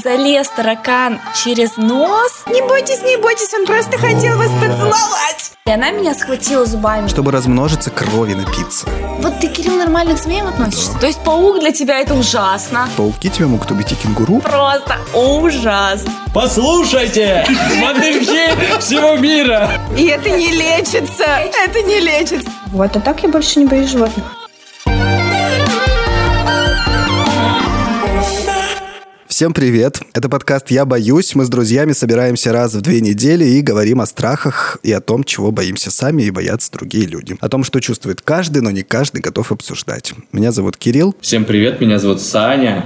залез таракан через нос. Не бойтесь, он просто хотел вас поцеловать. И она меня схватила зубами. Чтобы размножиться, крови напиться. Вот ты, Кирилл, нормально к змеям относишься? То есть паук для тебя это ужасно? Пауки тебя могут убить и кенгуру? Просто ужасно. Послушайте, мотыльки всего мира. И это не лечится. Вот, а так я больше не боюсь животных. Всем привет! Это подкаст «Я боюсь». Мы с друзьями собираемся раз в 2 недели и говорим о страхах и о том, чего боимся сами и боятся другие люди. О том, что чувствует каждый, но не каждый готов обсуждать. Меня зовут Кирилл. Всем привет, меня зовут Саня.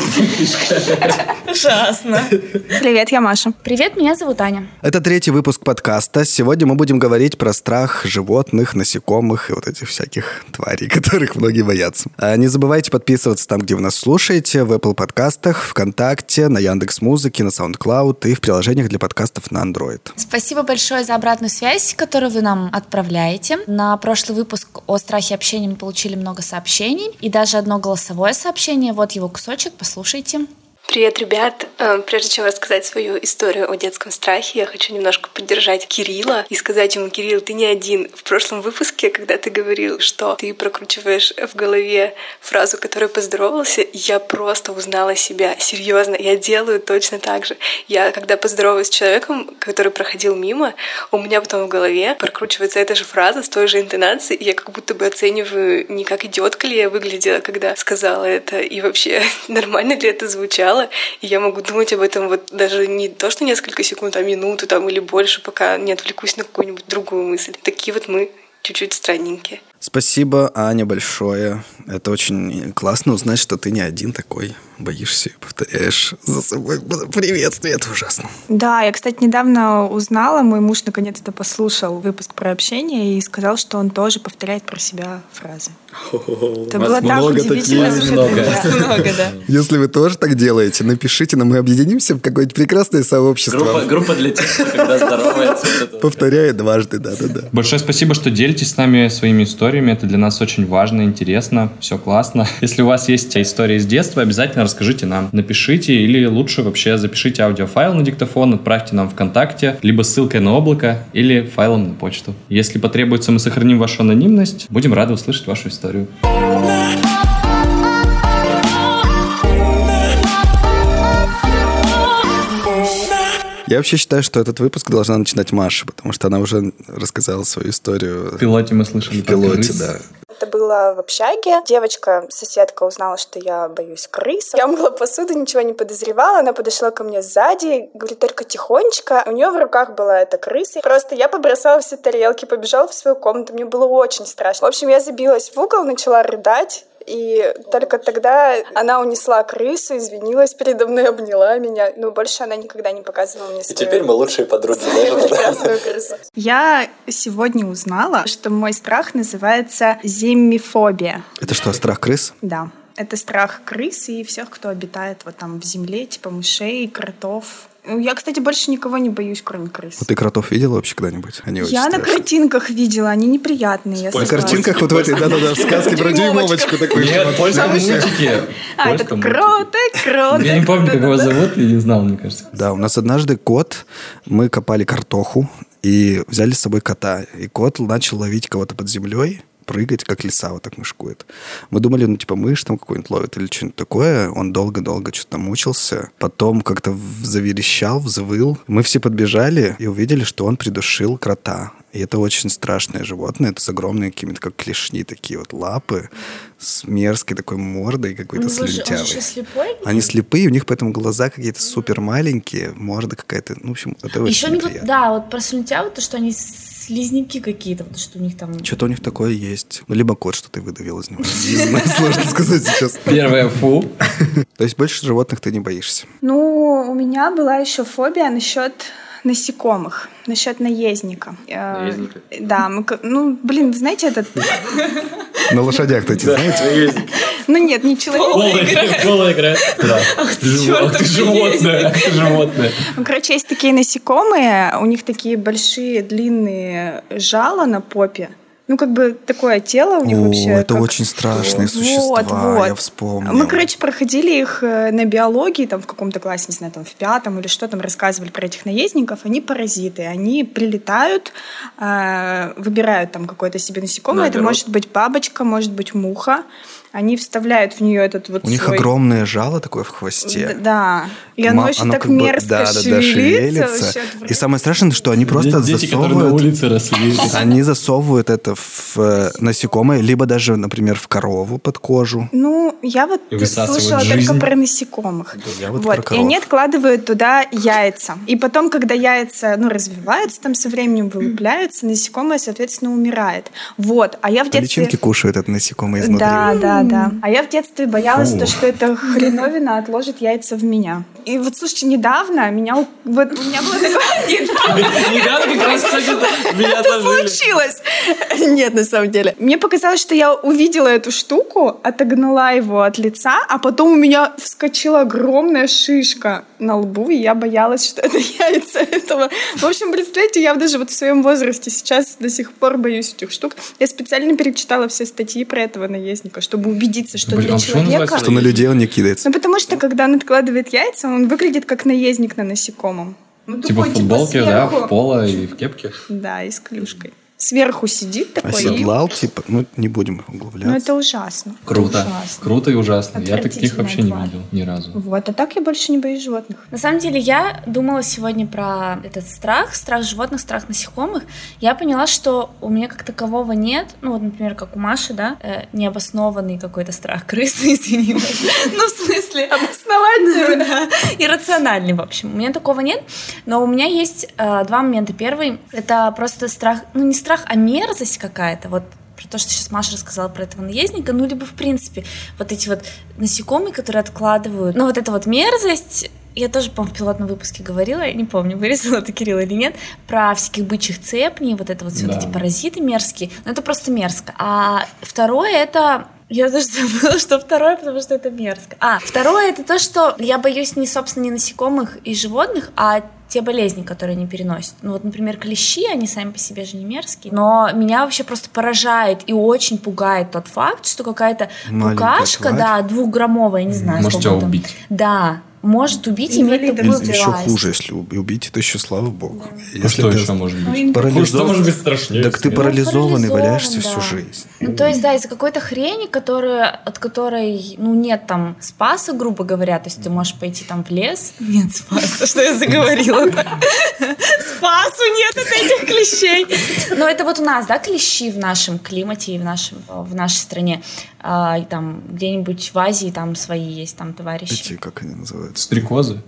Ужасно. Привет, я Маша. Привет, меня зовут Аня. Это 3-й выпуск подкаста. Сегодня мы будем говорить про страх животных, насекомых и вот этих всяких тварей, которых многие боятся. Не забывайте подписываться там, где вы нас слушаете, в Apple подкастах, ВКонтакте, на Яндекс.Музыке, на SoundCloud и в приложениях для подкастов на Android. Спасибо большое за обратную связь, которую вы нам отправляете. На прошлый выпуск о страхе общения мы получили много сообщений и даже одно голосовое сообщение. Вот его кусочек, послушайте. Привет, ребят! Прежде чем рассказать свою историю о детском страхе, я хочу немножко поддержать Кирилла и сказать ему: Кирилл, ты не один. В прошлом выпуске, когда ты говорил, что ты прокручиваешь в голове фразу, которой поздоровался, я просто узнала себя. Серьезно, я делаю точно так же. Я, когда поздороваюсь с человеком, который проходил мимо, у меня потом в голове прокручивается эта же фраза с той же интонацией, и я как будто бы оцениваю, не как идиотка ли я выглядела, когда сказала это, и вообще нормально ли это звучало. И я могу думать об этом вот даже не то, что несколько секунд, а минуту там или больше, пока не отвлекусь на какую-нибудь другую мысль. Такие вот мы чуть-чуть странненькие. Спасибо, Аня, большое. Это очень классно узнать, что ты не один такой. Боишься и повторяешь за собой приветствие. Это ужасно. Да, я, кстати, недавно узнала, мой муж наконец-то послушал выпуск про общение и сказал, что он тоже повторяет про себя фразы. Это было так удивительно. Много, да. Если вы тоже так делаете, напишите нам, мы объединимся в какое-нибудь прекрасное сообщество. Группа для тех, кто когда здоровается. Повторяет дважды, да-да-да. Большое спасибо, что делитесь с нами своими историями. Это для нас очень важно, интересно, все классно. Если у вас есть история из детства, обязательно расскажите нам. Напишите или лучше вообще запишите аудиофайл на диктофон, отправьте нам ВКонтакте, либо ссылкой на облако или файлом на почту. Если потребуется, мы сохраним вашу анонимность. Будем рады услышать вашу историю. Я вообще считаю, что этот выпуск должна начинать Маша, потому что она уже рассказала свою историю. В пилоте мы слышали. В пилоте, да. Это было в общаге. Девочка, соседка, узнала, что я боюсь крыс. Я мыла посуду, ничего не подозревала. Она подошла ко мне сзади, говорит: только тихонечко. У нее в руках была эта крыса. Просто я побросала все тарелки, побежала в свою комнату. Мне было очень страшно. В общем, я забилась в угол, начала рыдать. И только тогда она унесла крысу, извинилась передо мной, обняла меня. Но больше она никогда не показывала мне свою... И теперь мы лучшие подруги. Прекрасную крысу. Я сегодня узнала, что мой страх называется зиммифобия. Это что, страх крыс? Да. Это страх крыс и всех, кто обитает вот там в земле, типа мышей, кротов. Я, кстати, больше никого не боюсь, кроме крыс. Ты кротов видела вообще когда-нибудь? Они очень Я страшные. На картинках видела, они неприятные. На картинках вот в этой, да-да-да, в сказке про дюймовочку такой. Нет, в польском мультике. Это крот. Я не помню, как его зовут, и не знал, мне кажется. Да, у нас однажды кот, мы копали картоху и взяли с собой кота. И кот начал ловить кого-то под землей, прыгать, как лиса, вот так мышкует. Мы думали, мышь там какую-нибудь ловит или что-нибудь такое. Он долго-долго что-то там мучился. Потом как-то заверещал, взвыл. Мы все подбежали и увидели, что он придушил крота. И это очень страшное животное. Это с огромными какими-то, как клешни, такие вот лапы, с мерзкой такой мордой какой-то слюнтявой. Он же слепой? Они слепые, у них поэтому глаза какие-то супер маленькие, морда какая-то, в общем, это очень еще неприятно. Да, вот про слюнтявы, то, что они слизняки какие-то, потому что у них там... Что-то у них такое есть. Либо кот что-то выдавил из него. Не знаю, сложно сказать сейчас. Первое фу. То есть больше животных ты не боишься? Ну, у меня была еще фобия насчет насекомых, насчет наездника. Наездника? Да, вы знаете этот... На лошадях-то эти, знаете? Ну нет, не человек. Поло играет. Ах ты животное. Ну, короче, есть такие насекомые, у них такие большие длинные жала на попе. Ну, как бы такое тело у них вообще. Это как... очень страшные существа, я вспомнил. Мы, короче, проходили их на биологии, там в каком-то классе, не знаю, там в 5-м или что там, рассказывали про этих наездников. Они паразиты, они прилетают, выбирают там какое-то себе насекомое. Это может быть бабочка, может быть муха. Они вставляют в нее этот вот У них огромное жало такое в хвосте. Да. И оно еще так мерзко шевелится. И самое страшное, что они просто Дети, засовывают... которые на улице росли. Они засовывают это в насекомое, либо даже, например, в корову под кожу. Ну, я вот слышала только про насекомых. Вот. И они откладывают туда яйца. И потом, когда яйца, развиваются, там со временем вылупляются, насекомое, соответственно, умирает. Вот. А я в детстве... Личинки кушают это насекомое изнутри. Да. А я в детстве боялась, что эта хреновина отложит яйца в меня. И вот, слушайте, недавно у меня было такое... Недавно как раз, кстати, меня это случилось. Нет, на самом деле. Мне показалось, что я увидела эту штуку, отогнала его от лица, а потом у меня вскочила огромная шишка на лбу, и я боялась, что это яйца этого. В общем, представляете, я даже вот в своем возрасте сейчас до сих пор боюсь этих штук. Я специально перечитала все статьи про этого наездника, чтобы убедиться, что для человека... Что на людей он не кидается. Ну, потому что, когда он откладывает яйца, он выглядит как наездник на насекомом. Типа в футболке, да, в поло и в кепке. Да, и с клюшкой. Сверху сидит такой. Оседлал, типа, не будем углубляться. Ну, это ужасно. Круто. Это ужасно. Круто и ужасно. Я таких вообще не видел ни разу. Вот, а так я больше не боюсь животных. На самом деле, я думала сегодня про этот страх животных, страх насекомых. Я поняла, что у меня как такового нет. Ну, вот, например, как у Маши, да, необоснованный какой-то страх крысы, извини. Ну, в смысле... Обосновательный, да. Иррациональный, в общем. У меня такого нет. Но у меня есть два момента. Первый — это просто страх, не страх, а мерзость какая-то. Вот про то, что сейчас Маша рассказала про этого наездника, либо, в принципе, вот эти вот насекомые, которые откладывают. Вот эта вот мерзость, я тоже, по-моему, в пилотном выпуске говорила, я не помню, вырезала это Кирилл или нет, про всяких бычьих цепней, вот это вот все эти паразиты мерзкие. Но это просто мерзко. А второе — это... Я даже забыла, что второе, потому что это мерзко. Второе — это то, что я боюсь собственно, не насекомых и животных, а те болезни, которые они переносят. Например, клещи, они сами по себе же не мерзкие. Но меня вообще просто поражает и очень пугает тот факт, что какая-то букашка, двухграммовая, я не знаю, может тебя убить. Да. Может убить, иметь такую власть. Еще хуже, если убить, это еще слава богу. Да. Что еще может быть? Что может быть страшнее? Так ты парализованный, валяешься всю жизнь. То есть, из-за какой-то хрени, от которой, нет там спаса, грубо говоря, то есть ты можешь пойти там в лес. Нет спаса, что я заговорила? Спасу нет от этих клещей. Но это вот у нас, да, клещи в нашем климате и в нашей стране. И там где-нибудь в Азии там свои есть там товарищи. Эти, как они называются? Стрекозы?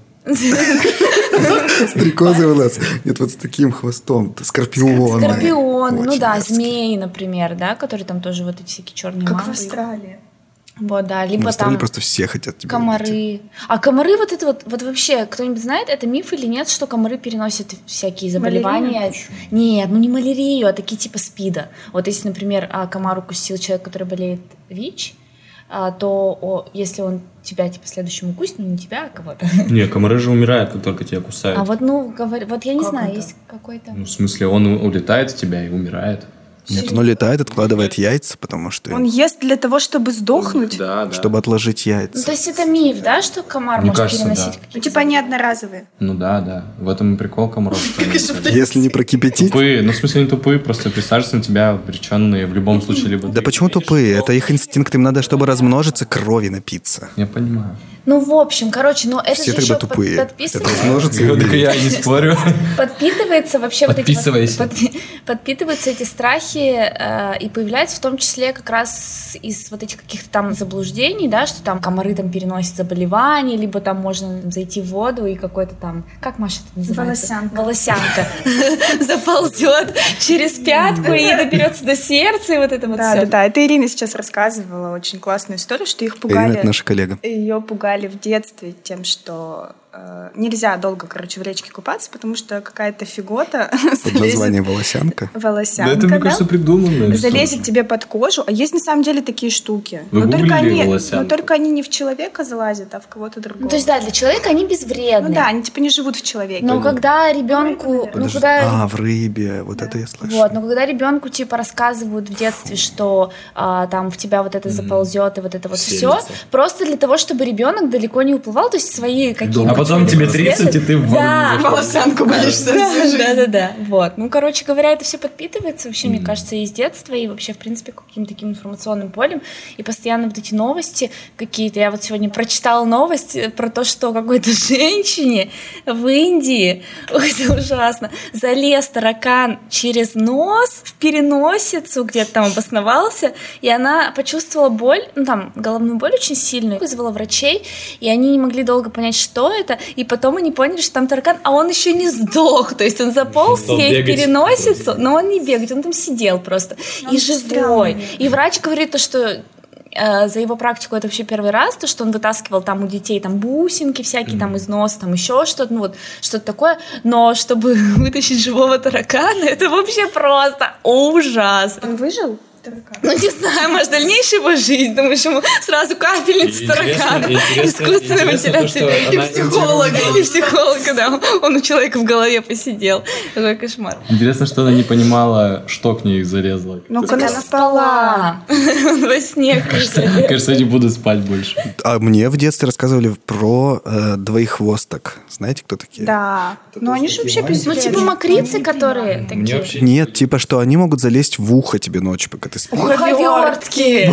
Стрекозы у нас. Нет, вот с таким хвостом. Скорпионы. Скорпионы, змеи, например, да, которые там тоже вот эти всякие черные мамбы. Как в Австралии. Вот, да, либо в Австралии там просто все хотят тебя комары. убить. А комары вот это вот вообще, кто-нибудь знает, это миф или нет, что комары переносят всякие заболевания? Нет, не малярию, а такие типа СПИДа. Вот если, например, комар укусил человека, который болеет ВИЧ, то если он тебя следующим укусит, не тебя, а кого-то. Не, комары же умирают, как только тебя кусают. Вот я не знаю, есть какой-то... В смысле, он улетает с тебя и умирает. Нет, он летает, откладывает яйца, потому что... Он ест для того, чтобы сдохнуть? Да. Чтобы отложить яйца. То есть это миф, да, что комар Мне может кажется, переносить какие-то... Типа они одноразовые. Да. В этом и прикол комаров. Если не прокипятить... Тупые, в смысле не тупые, просто присаживаются на тебя обреченные в любом случае. Либо Да почему тупые? Это их инстинкт, им надо, чтобы размножиться, крови напиться. Я понимаю. В общем, это все же тогда еще тупые. подписывается. Размножиться и Так я не спорю. Подпитывается вообще Подписывайся. подпитываются эти страхи и появляются в том числе как раз из вот этих каких-то там заблуждений, да, что там комары там переносят заболевания, либо там можно зайти в воду и какой-то там, как Маша это называется? Волосянка заползет через пятку и доберется до сердца, и вот это вот все. Да. Это Ирина сейчас рассказывала очень классную историю, что их пугали. Ирина — это наша коллега. Ее пугали в детстве тем, что нельзя долго, в речке купаться, потому что какая-то фигота Под названием волосянка. волосянка, Да это, мне кажется, придуманная залезет история. тебе под кожу. А есть на самом деле такие штуки. Вы Но гуглили волосянку? только они не в человека залазят, а в кого-то другого. Ну, то есть, да, для человека они безвредны. Ну да, они типа не живут в человеке. Но когда ребенку, Подожди. В рыбе, вот это я слышал. вот, но когда ребенку типа рассказывают в детстве, что там в тебя вот это заползет и вот это вот все, Селится. просто для того, чтобы ребенок далеко не уплывал, то есть свои какие-то. А потом тебе 30, и ты в Да. волосянку боишься. Да. Вот. Ну, короче говоря, это все подпитывается вообще, мне кажется, из детства и вообще, в принципе, каким-то таким информационным полем. И постоянно вот эти новости какие-то. Я вот сегодня прочитала новость про то, что какой-то женщине в Индии, ой, это ужасно, залез таракан через нос в переносицу, где-то там обосновался, и она почувствовала боль, ну, там, головную боль очень сильную, вызвала врачей, и они не могли долго понять, что это, и потом они поняли, что там таракан, а он еще не сдох, то есть он заполз Стал ей в бегать переносицу, просто. но он не бегает, он там сидел просто, и живой. И врач говорит то, что за его практику это вообще первый раз, то, что он вытаскивал там у детей там бусинки всякие там из носа, там еще что-то, ну вот что-то такое, но чтобы вытащить живого таракана, это вообще просто ужас. Он выжил? Ну, не знаю, может, дальнейшая его жизнь, думаешь, ему сразу капельницу таракана, искусственная вентиляция, и психолога, да, он у человека в голове посидел. Какой кошмар. Интересно, что она не понимала, что к ней залезло. Ну, Она спала. Он во сне, Кажется, не буду спать больше. А мне в детстве рассказывали про двоехвосток. Знаете, кто такие? Да. Но они же вообще Ну, безвредны. типа мокрицы, которые Мне такие. вообще... Нет, типа, что они могут залезть в ухо тебе ночью, пока ты спишь. Уховертки.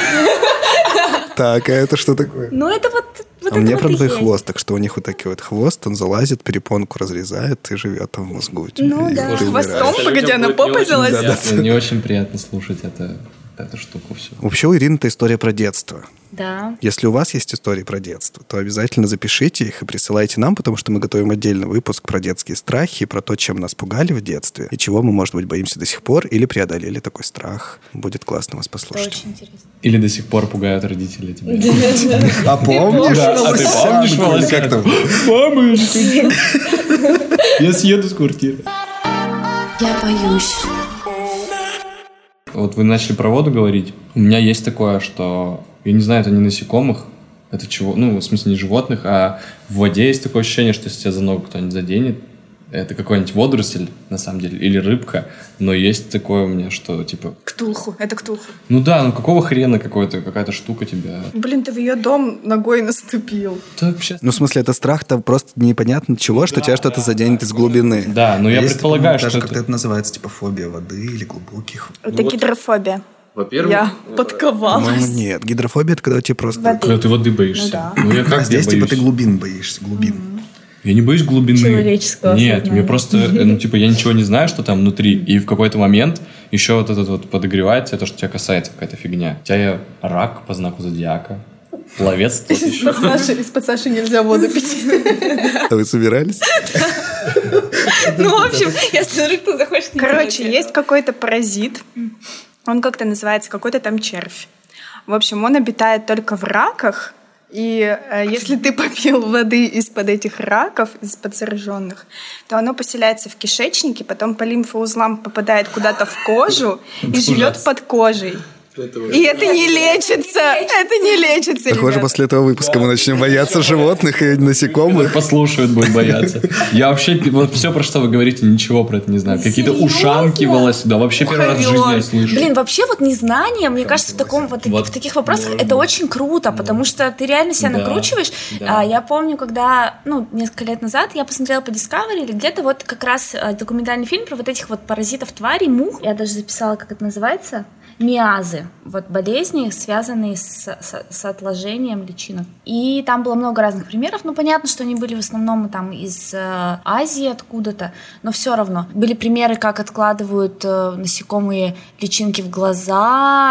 Так, а это что такое? Ну, это вот А это мне вот про и есть. двоехвосток, что у них вот такой вот хвост, он залазит, перепонку разрезает и живет там в мозгу у тебя. Ну и да. ты Хвостом? умираешь. Погоди, на попой залазит? Не очень приятно слушать эту штуку всю. Вообще у Ирины это история про детство. Да. Если у вас есть истории про детство, то обязательно запишите их и присылайте нам, потому что мы готовим отдельный выпуск про детские страхи, про то, чем нас пугали в детстве, и чего мы, может быть, боимся до сих пор, или преодолели такой страх. Будет классно вас Это послушать. очень интересно. Или до сих пор пугают родители тебя. А помнишь? Да, а ты помнишь волосянку? Мама, я не хочу. Я съеду с квартиры. Я боюсь. Вот вы начали про воду говорить. У меня есть такое, что... Я не знаю, это не насекомых, это чего... Ну, в смысле, не животных, а в воде есть такое ощущение, что если тебя за ногу кто-нибудь заденет, это какой-нибудь водоросль, на самом деле, или рыбка, но есть такое у меня, что, типа... Ктулху. Это Ктулху. Ну да, ну какого хрена какая-то штука тебя... Блин, ты в ее дом ногой наступил. Да, вообще... Ну, в смысле, это страх-то просто непонятно чего, что тебя что-то заденет из глубины. Да, но я Есть, предполагаю, по-моему, что даже это... как-то это называется, типа, фобия воды или глубоких. Это гидрофобия. Во-первых... Я подковалась. По-моему, нет. Гидрофобия — это когда тебе просто... Воды. Когда ты воды боишься. Ну да. Ну я А как здесь, я типа, боюсь? ты глубин боишься. Глубин. Я не боюсь глубины. Человеческого Нет, сознания. мне просто, ну, типа, я ничего не знаю, что там внутри. И в какой-то момент еще вот этот вот подогревается, то, что тебя касается какая-то фигня. У тебя я рак по знаку зодиака. Пловец тот еще. Из-под Саши нельзя воду пить. А вы собирались? Ну, в общем, я смотрю, кто захочет. Короче, есть какой-то паразит. Он как-то называется, какой-то там червь. В общем, он обитает только в раках. И если ты попил воды из-под этих раков, из-под зараженных, то оно поселяется в кишечнике, потом по лимфоузлам попадает куда-то в кожу и живет под кожей. И это не лечится. Это не лечится, Похоже, ребята. после этого выпуска мы начнем бояться животных и насекомых. Послушают, будет бояться. Я вообще, вот все, про что вы говорите, ничего про это не знаю. Какие-то ушанки волосы, да, вообще первый раз в жизни я слышу. Блин, вообще вот незнание, мне кажется, в таком вот Вот. в таких вопросах это очень круто, потому что ты реально себя Да, накручиваешь. да. Я помню, когда, ну, несколько лет назад я посмотрела по Discovery или где-то вот как раз документальный фильм про вот этих вот паразитов тварей, мух. Я даже записала, как это называется. Миазы, вот болезни, связанные с отложением личинок. И там было много разных примеров. Ну, понятно, что они были в основном там из Азии откуда-то, но все равно. Были примеры, как откладывают насекомые личинки в глаза,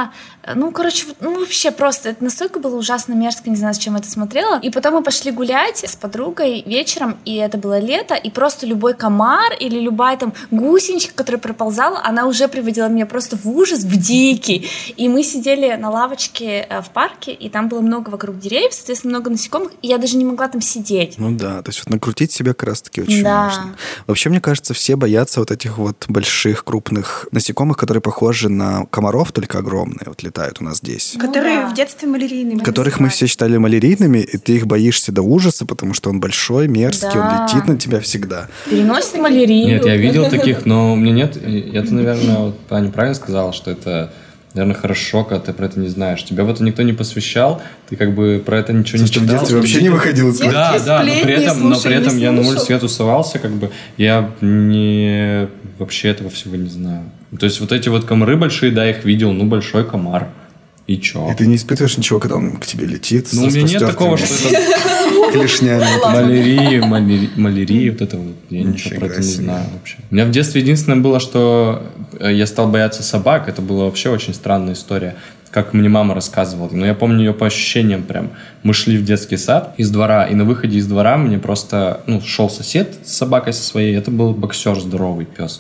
Ну, короче, ну, вообще просто это настолько было ужасно мерзко, не знаю, с чем это смотрела. И потом мы пошли гулять с подругой вечером, и это было лето, и просто любой комар или любая там гусеничка, которая проползала, она уже приводила меня просто в ужас, в дикий. И мы сидели на лавочке в парке, и там было много вокруг деревьев, соответственно, много насекомых, и я даже не могла там сидеть. Ну да, то есть вот накрутить себя как раз-таки очень Да. можно. Вообще, мне кажется, все боятся вот этих вот больших, крупных насекомых, которые похожи на комаров, только огромные, вот летают у нас здесь. Которые да. в детстве малярийными. Которых мы все считали малярийными, и ты их боишься до ужаса, потому что он большой, мерзкий, Да. он летит на тебя всегда. Переносит малярию. Нет, я видел таких, но у меня нет. Я-то, наверное, вот Аня правильно сказала, что это, наверное, хорошо, когда ты про это не знаешь. Тебя в это никто не посвящал, ты как бы про это ничего не Ты в читал. детстве вообще не выходил из Да, да, но сплетни при этом я на слушал. улице я тусовался, как бы, я не вообще этого всего не знаю. То есть вот эти вот комары большие, да, их видел, ну, большой комар. И чё? И ты не испытываешь ничего, когда он к тебе летит. Ну, у меня нет такого, что это клешнями. малярия, вот это вот. Я ничего про это не себе. знаю вообще. У меня в детстве единственное было, что я стал бояться собак. Это была вообще очень странная история. Как мне мама рассказывала. Но я помню ее по ощущениям прям. Мы шли в детский сад из двора, и на выходе из двора мне просто, шел сосед с собакой со своей. Это был боксер, здоровый пес.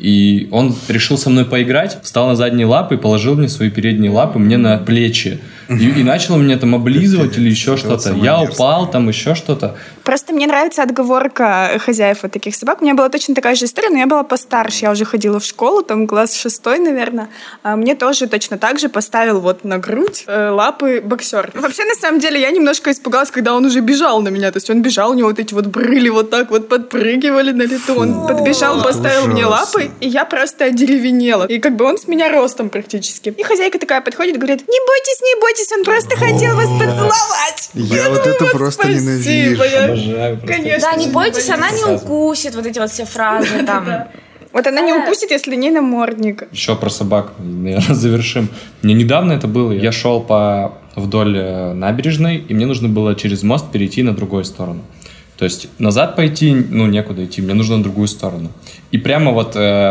И он решил со мной поиграть, встал на задние лапы и положил мне свои передние лапы мне на плечи. И начал меня там облизывать или еще что-то. Я упал, там еще что-то. Просто мне нравится отговорка хозяев вот таких собак. У меня была точно такая же история, но я была постарше. Я уже ходила в школу, там класс 6, наверное. А мне тоже точно так же поставил вот на грудь лапы боксер. Вообще, на самом деле, я немножко испугалась, когда он уже бежал на меня. То есть он бежал, у него вот эти вот брыли вот так вот подпрыгивали на лету. Он подбежал, поставил мне лапы, и я просто одеревенела. И как бы он с меня ростом практически. И хозяйка такая подходит, говорит: не бойтесь, он просто хотел вас поцеловать. Я вот это просто спасибо, ненавижу. я- Обожаю просто. Конечно. Да, не бойтесь, она не Сразу. укусит, вот эти вот все фразы там. Вот она не укусит, если не намордник. Еще про собак, наверное, завершим. Мне недавно это было. Я шел вдоль набережной, и мне нужно было через мост перейти на другую сторону. То есть назад пойти, некуда идти, мне нужно на другую сторону. И прямо вот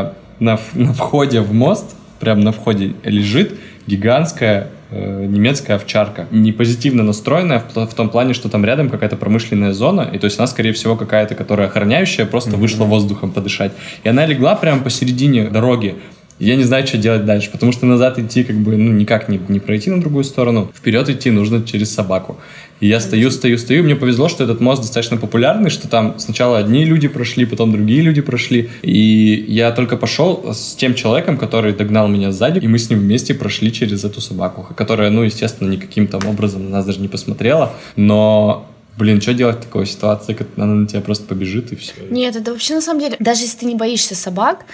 на входе в мост, прямо на входе лежит гигантская немецкая овчарка. Не позитивно настроенная в том плане, что там рядом какая-то промышленная зона, и то есть она, скорее всего, какая-то, которая охраняющая, просто вышла воздухом подышать. И она легла прямо посередине дороги. Я не знаю, что делать дальше, потому что назад идти никак не пройти на другую сторону. Вперед идти нужно через собаку. И я стою. Мне повезло, что этот мост достаточно популярный, что там сначала одни люди прошли, потом другие люди прошли. И я только пошел с тем человеком, который догнал меня сзади, и мы с ним вместе прошли через эту собаку, которая, естественно, никаким там образом на нас даже не посмотрела. Но... что делать в такой ситуации, когда она на тебя просто побежит и все? Нет, это вообще на самом деле, даже если ты не боишься собак,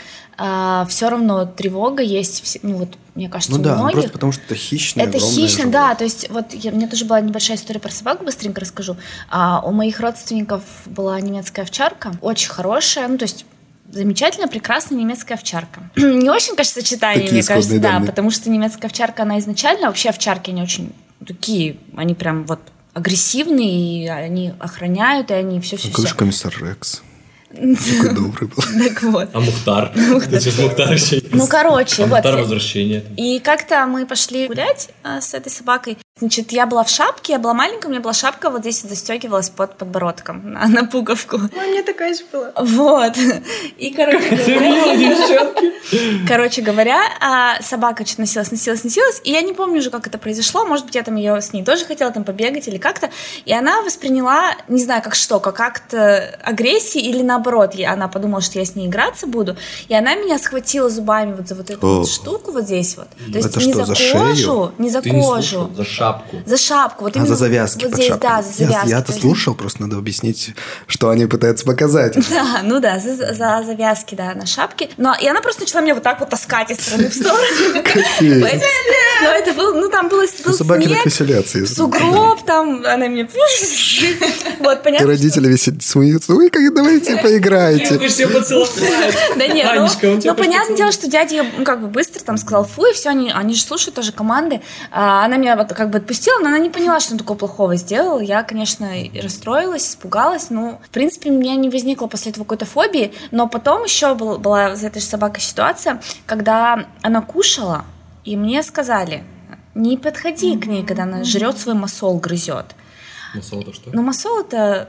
все равно тревога есть, мне кажется, у многих. Просто потому что это хищное, Это огромное хищно, животное. да, то есть вот у меня тоже была небольшая история про собак, быстренько расскажу. У моих родственников была немецкая овчарка, очень хорошая, то есть замечательная, прекрасная немецкая овчарка. Не очень, конечно, сочетание, Такие мне кажется, исходные да, данные. потому что немецкая овчарка, она изначально, вообще овчарки, они очень такие, они прям вот агрессивные, и они охраняют, и они все. Какой же комиссар Рекс? Такой добрый был. Так вот. А Мухтар? Сейчас Мухтар еще есть. Короче, вот. возвращение. И как-то мы пошли гулять с этой собакой. Значит, я была в шапке, я была маленькая, у меня была шапка, вот здесь застегивалась под подбородком на пуговку. У меня такая же была. Вот. И, короче говоря, собака что-то носилась, и я не помню уже, как это произошло, может быть, я там ее с ней тоже хотела там побегать или как-то, и она восприняла, не знаю, как акт агрессии или наоборот, она подумала, что я с ней играться буду, и она меня схватила зубами вот за вот эту вот штуку вот здесь вот. То есть Это не что, за за кожу, шею? не за Ты не кожу. слушал? За шапку. За шапку. Вот именно За завязки вот под здесь, шапкой. да, за завязки. Я-то То есть- слушал, просто надо объяснить, что они пытаются показать. Да, за завязки, да, на шапке. И она просто начала меня вот так вот таскать из стороны в сторону. Капец. Но это был, там был Собаки так снег, веселятся. если сугроб, там она меня... Вот, И понятно? родители смеются. Ой, как давайте поиграете. Все поцеловать. Да нет, Анечка, он тебя понятное дело, что дядя её, быстро там сказал фу, и все, они же слушают тоже команды. Она меня вот отпустила, но она не поняла, что он такого плохого сделал. Я, конечно, и расстроилась, испугалась. В принципе, у меня не возникло после этого какой-то фобии, но потом еще была за этой же собакой ситуация, когда она кушала, и мне сказали, не подходи к ней, когда она жрет свой масол, грызет. Масол это что? Ну, масол это,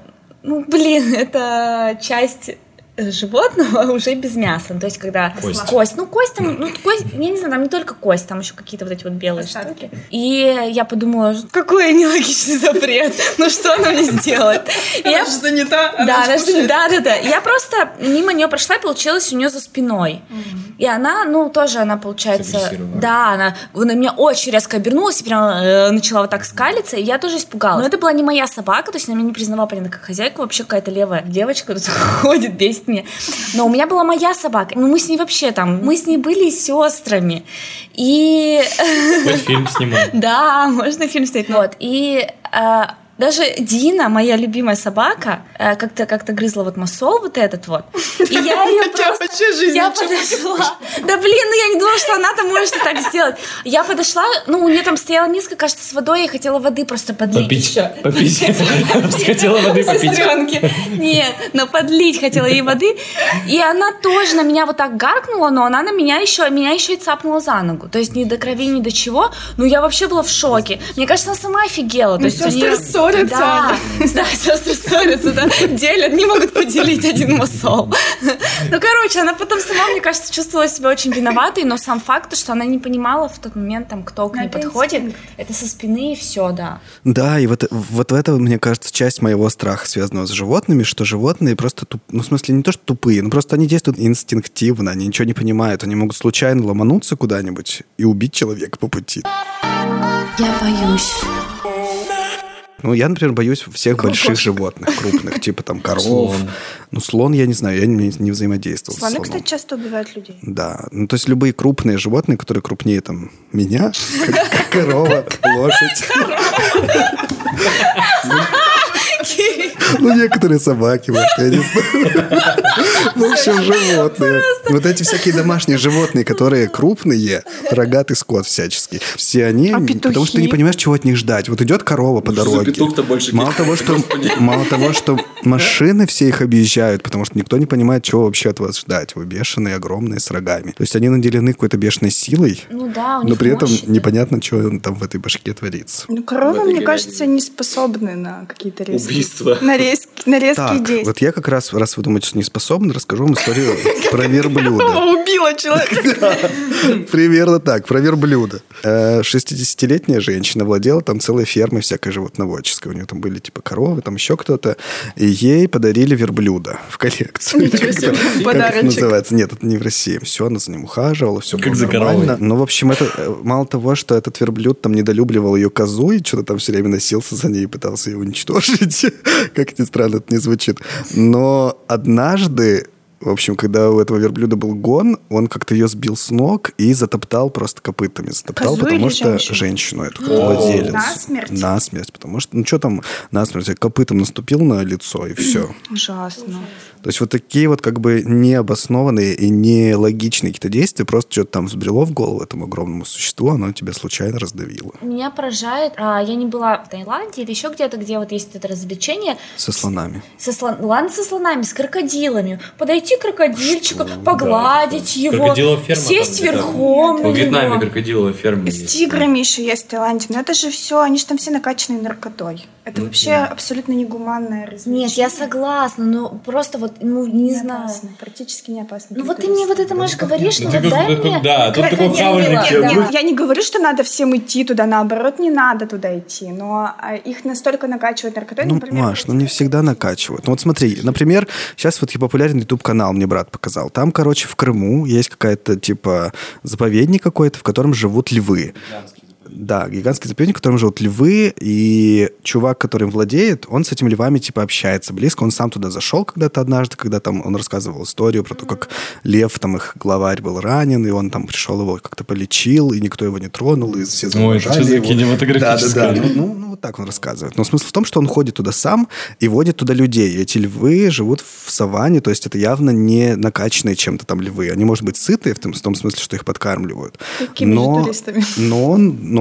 это часть животного уже без мяса. То есть, когда кость, я не знаю, там не только кость, там еще какие-то вот эти вот белые штуки. И я подумала, какой нелогичный запрет, что она мне сделает? Она же занята. Да. Я просто мимо нее прошла, и получилось у нее за спиной. И она, она, получается... Да, она на меня очень резко обернулась и прям начала вот так скалиться, и я тоже испугалась. Но это была не моя собака, то есть она меня не признавала, понятно, как хозяйка, вообще какая-то левая девочка тут ходит, бесит меня. Но у меня была моя собака. Мы с ней вообще мы с ней были сестрами. И... Хоть фильм снимать. Да, можно фильм снять. Вот, и... Даже Дина, моя любимая собака, как-то грызла вот масол вот этот вот. И я ее просто... Я подошла. Да блин, я не думала, что она-то может так сделать. Я подошла, у нее там стояла миска, кажется, с водой, я хотела воды просто подлить. Попить. Хотела воды попить. Сестренки. Нет, но подлить хотела ей воды. И она тоже на меня вот так гаркнула, но она на меня еще и цапнула за ногу. То есть ни до крови, ни до чего. Я вообще была в шоке. Мне кажется, она сама офигела. То есть ссорятся. Да, сестры ссорятся, делят, не могут поделить один масол. Она потом сама, мне кажется, чувствовала себя очень виноватой, но сам факт, что она не понимала в тот момент, кто к ней подходит, это со спины и все, да. Да, и вот это, мне кажется, часть моего страха, связанного с животными, что животные просто, в смысле, не то, что тупые, но просто они действуют инстинктивно, они ничего не понимают, они могут случайно ломануться куда-нибудь и убить человека по пути. Я боюсь. Я, например, боюсь всех больших животных, крупных, типа там коров. Слон. Слон, я не знаю, я не взаимодействовал Слоны, с слоном. кстати, часто убивают людей. Да, то есть любые крупные животные, которые крупнее меня, как корова, лошадь. Некоторые собаки, может, я не знаю. В общем, животные. Вот эти всякие домашние животные, которые крупные, рогатый скот всяческий. Все они, потому что ты не понимаешь, чего от них ждать. Вот идет корова по дороге. Мало того, что машины все их объезжают, потому что никто не понимает, чего вообще от вас ждать. Вы бешеные, огромные, с рогами. То есть они наделены какой-то бешеной силой, но при этом непонятно, что там в этой башке творится. Коровы, мне кажется, не способны на какие-то резкие... Убийства. На резкие действия. Вот я как раз вы думаете, что не способен, расскажу вам историю про верблюда. Убила человека. Примерно так, про верблюда. 60-летняя женщина владела там целой фермой всякой животноводческой. У нее там были типа коровы, там еще кто-то. И ей подарили верблюда в коллекцию. Ничего себе, как это называется? Нет, это не в России. Все, она за ним ухаживала, все было за нормально. Но, в общем, это мало того, что этот верблюд там недолюбливал ее козу и что-то там все время носился за ней и пытался ее уничтожить. Как ни странно это не звучит. Но однажды, в общем, когда у этого верблюда был гон, он как-то ее сбил с ног и затоптал просто копытами. Затоптал, козу потому или что женщину? эту, владелец. Насмерть? Насмерть, потому что, что там насмерть? Копытом наступил на лицо, и все. Ужасно. То есть вот такие вот как бы необоснованные и нелогичные какие-то действия, просто что-то там взбрело в голову этому огромному существу, оно тебя случайно раздавило. Меня поражает, я не была в Таиланде или еще где-то, где вот есть это развлечение. Со слонами. Ладно, со слонами, с крокодилами. Подойти к крокодильчику, погладить его, сесть верхом на В Вьетнаме него. крокодиловая ферма С есть. тиграми еще есть в Таиланде. Но это же все, они же там все накачаны наркотой. Это вообще абсолютно негуманное развлечение. Нет, я согласна, но просто вот, не знаю. Опасно, практически не опасно. Ну вот ты мне вот это, Маш, говоришь, но вот дай мне... Да, тут такой правильный Да. человек. Я не говорю, что надо всем идти туда, наоборот, не надо туда идти, но их настолько накачивают наркотой, например... Маш, не всегда накачивают. Вот смотри, например, сейчас вот популярный YouTube-канал мне брат показал. Там, короче, в Крыму есть какая-то, типа, заповедник какой-то, в котором живут львы. Да, гигантский заповедник, в котором живут львы, и чувак, которым владеет, он с этими львами, типа, общается близко. Он сам туда зашел когда-то однажды, когда там он рассказывал историю про то, как лев, там, их главарь был ранен, и он там пришел, его как-то полечил, и никто его не тронул, и все Ой, это что за кинематографическое? Да. Ну, вот так он рассказывает. Но смысл в том, что он ходит туда сам и водит туда людей. И эти львы живут в саванне, то есть это явно не накачанные чем-то там львы. Они, может быть, сытые в том смысле, что их подкармливают. Какими же туристами? Но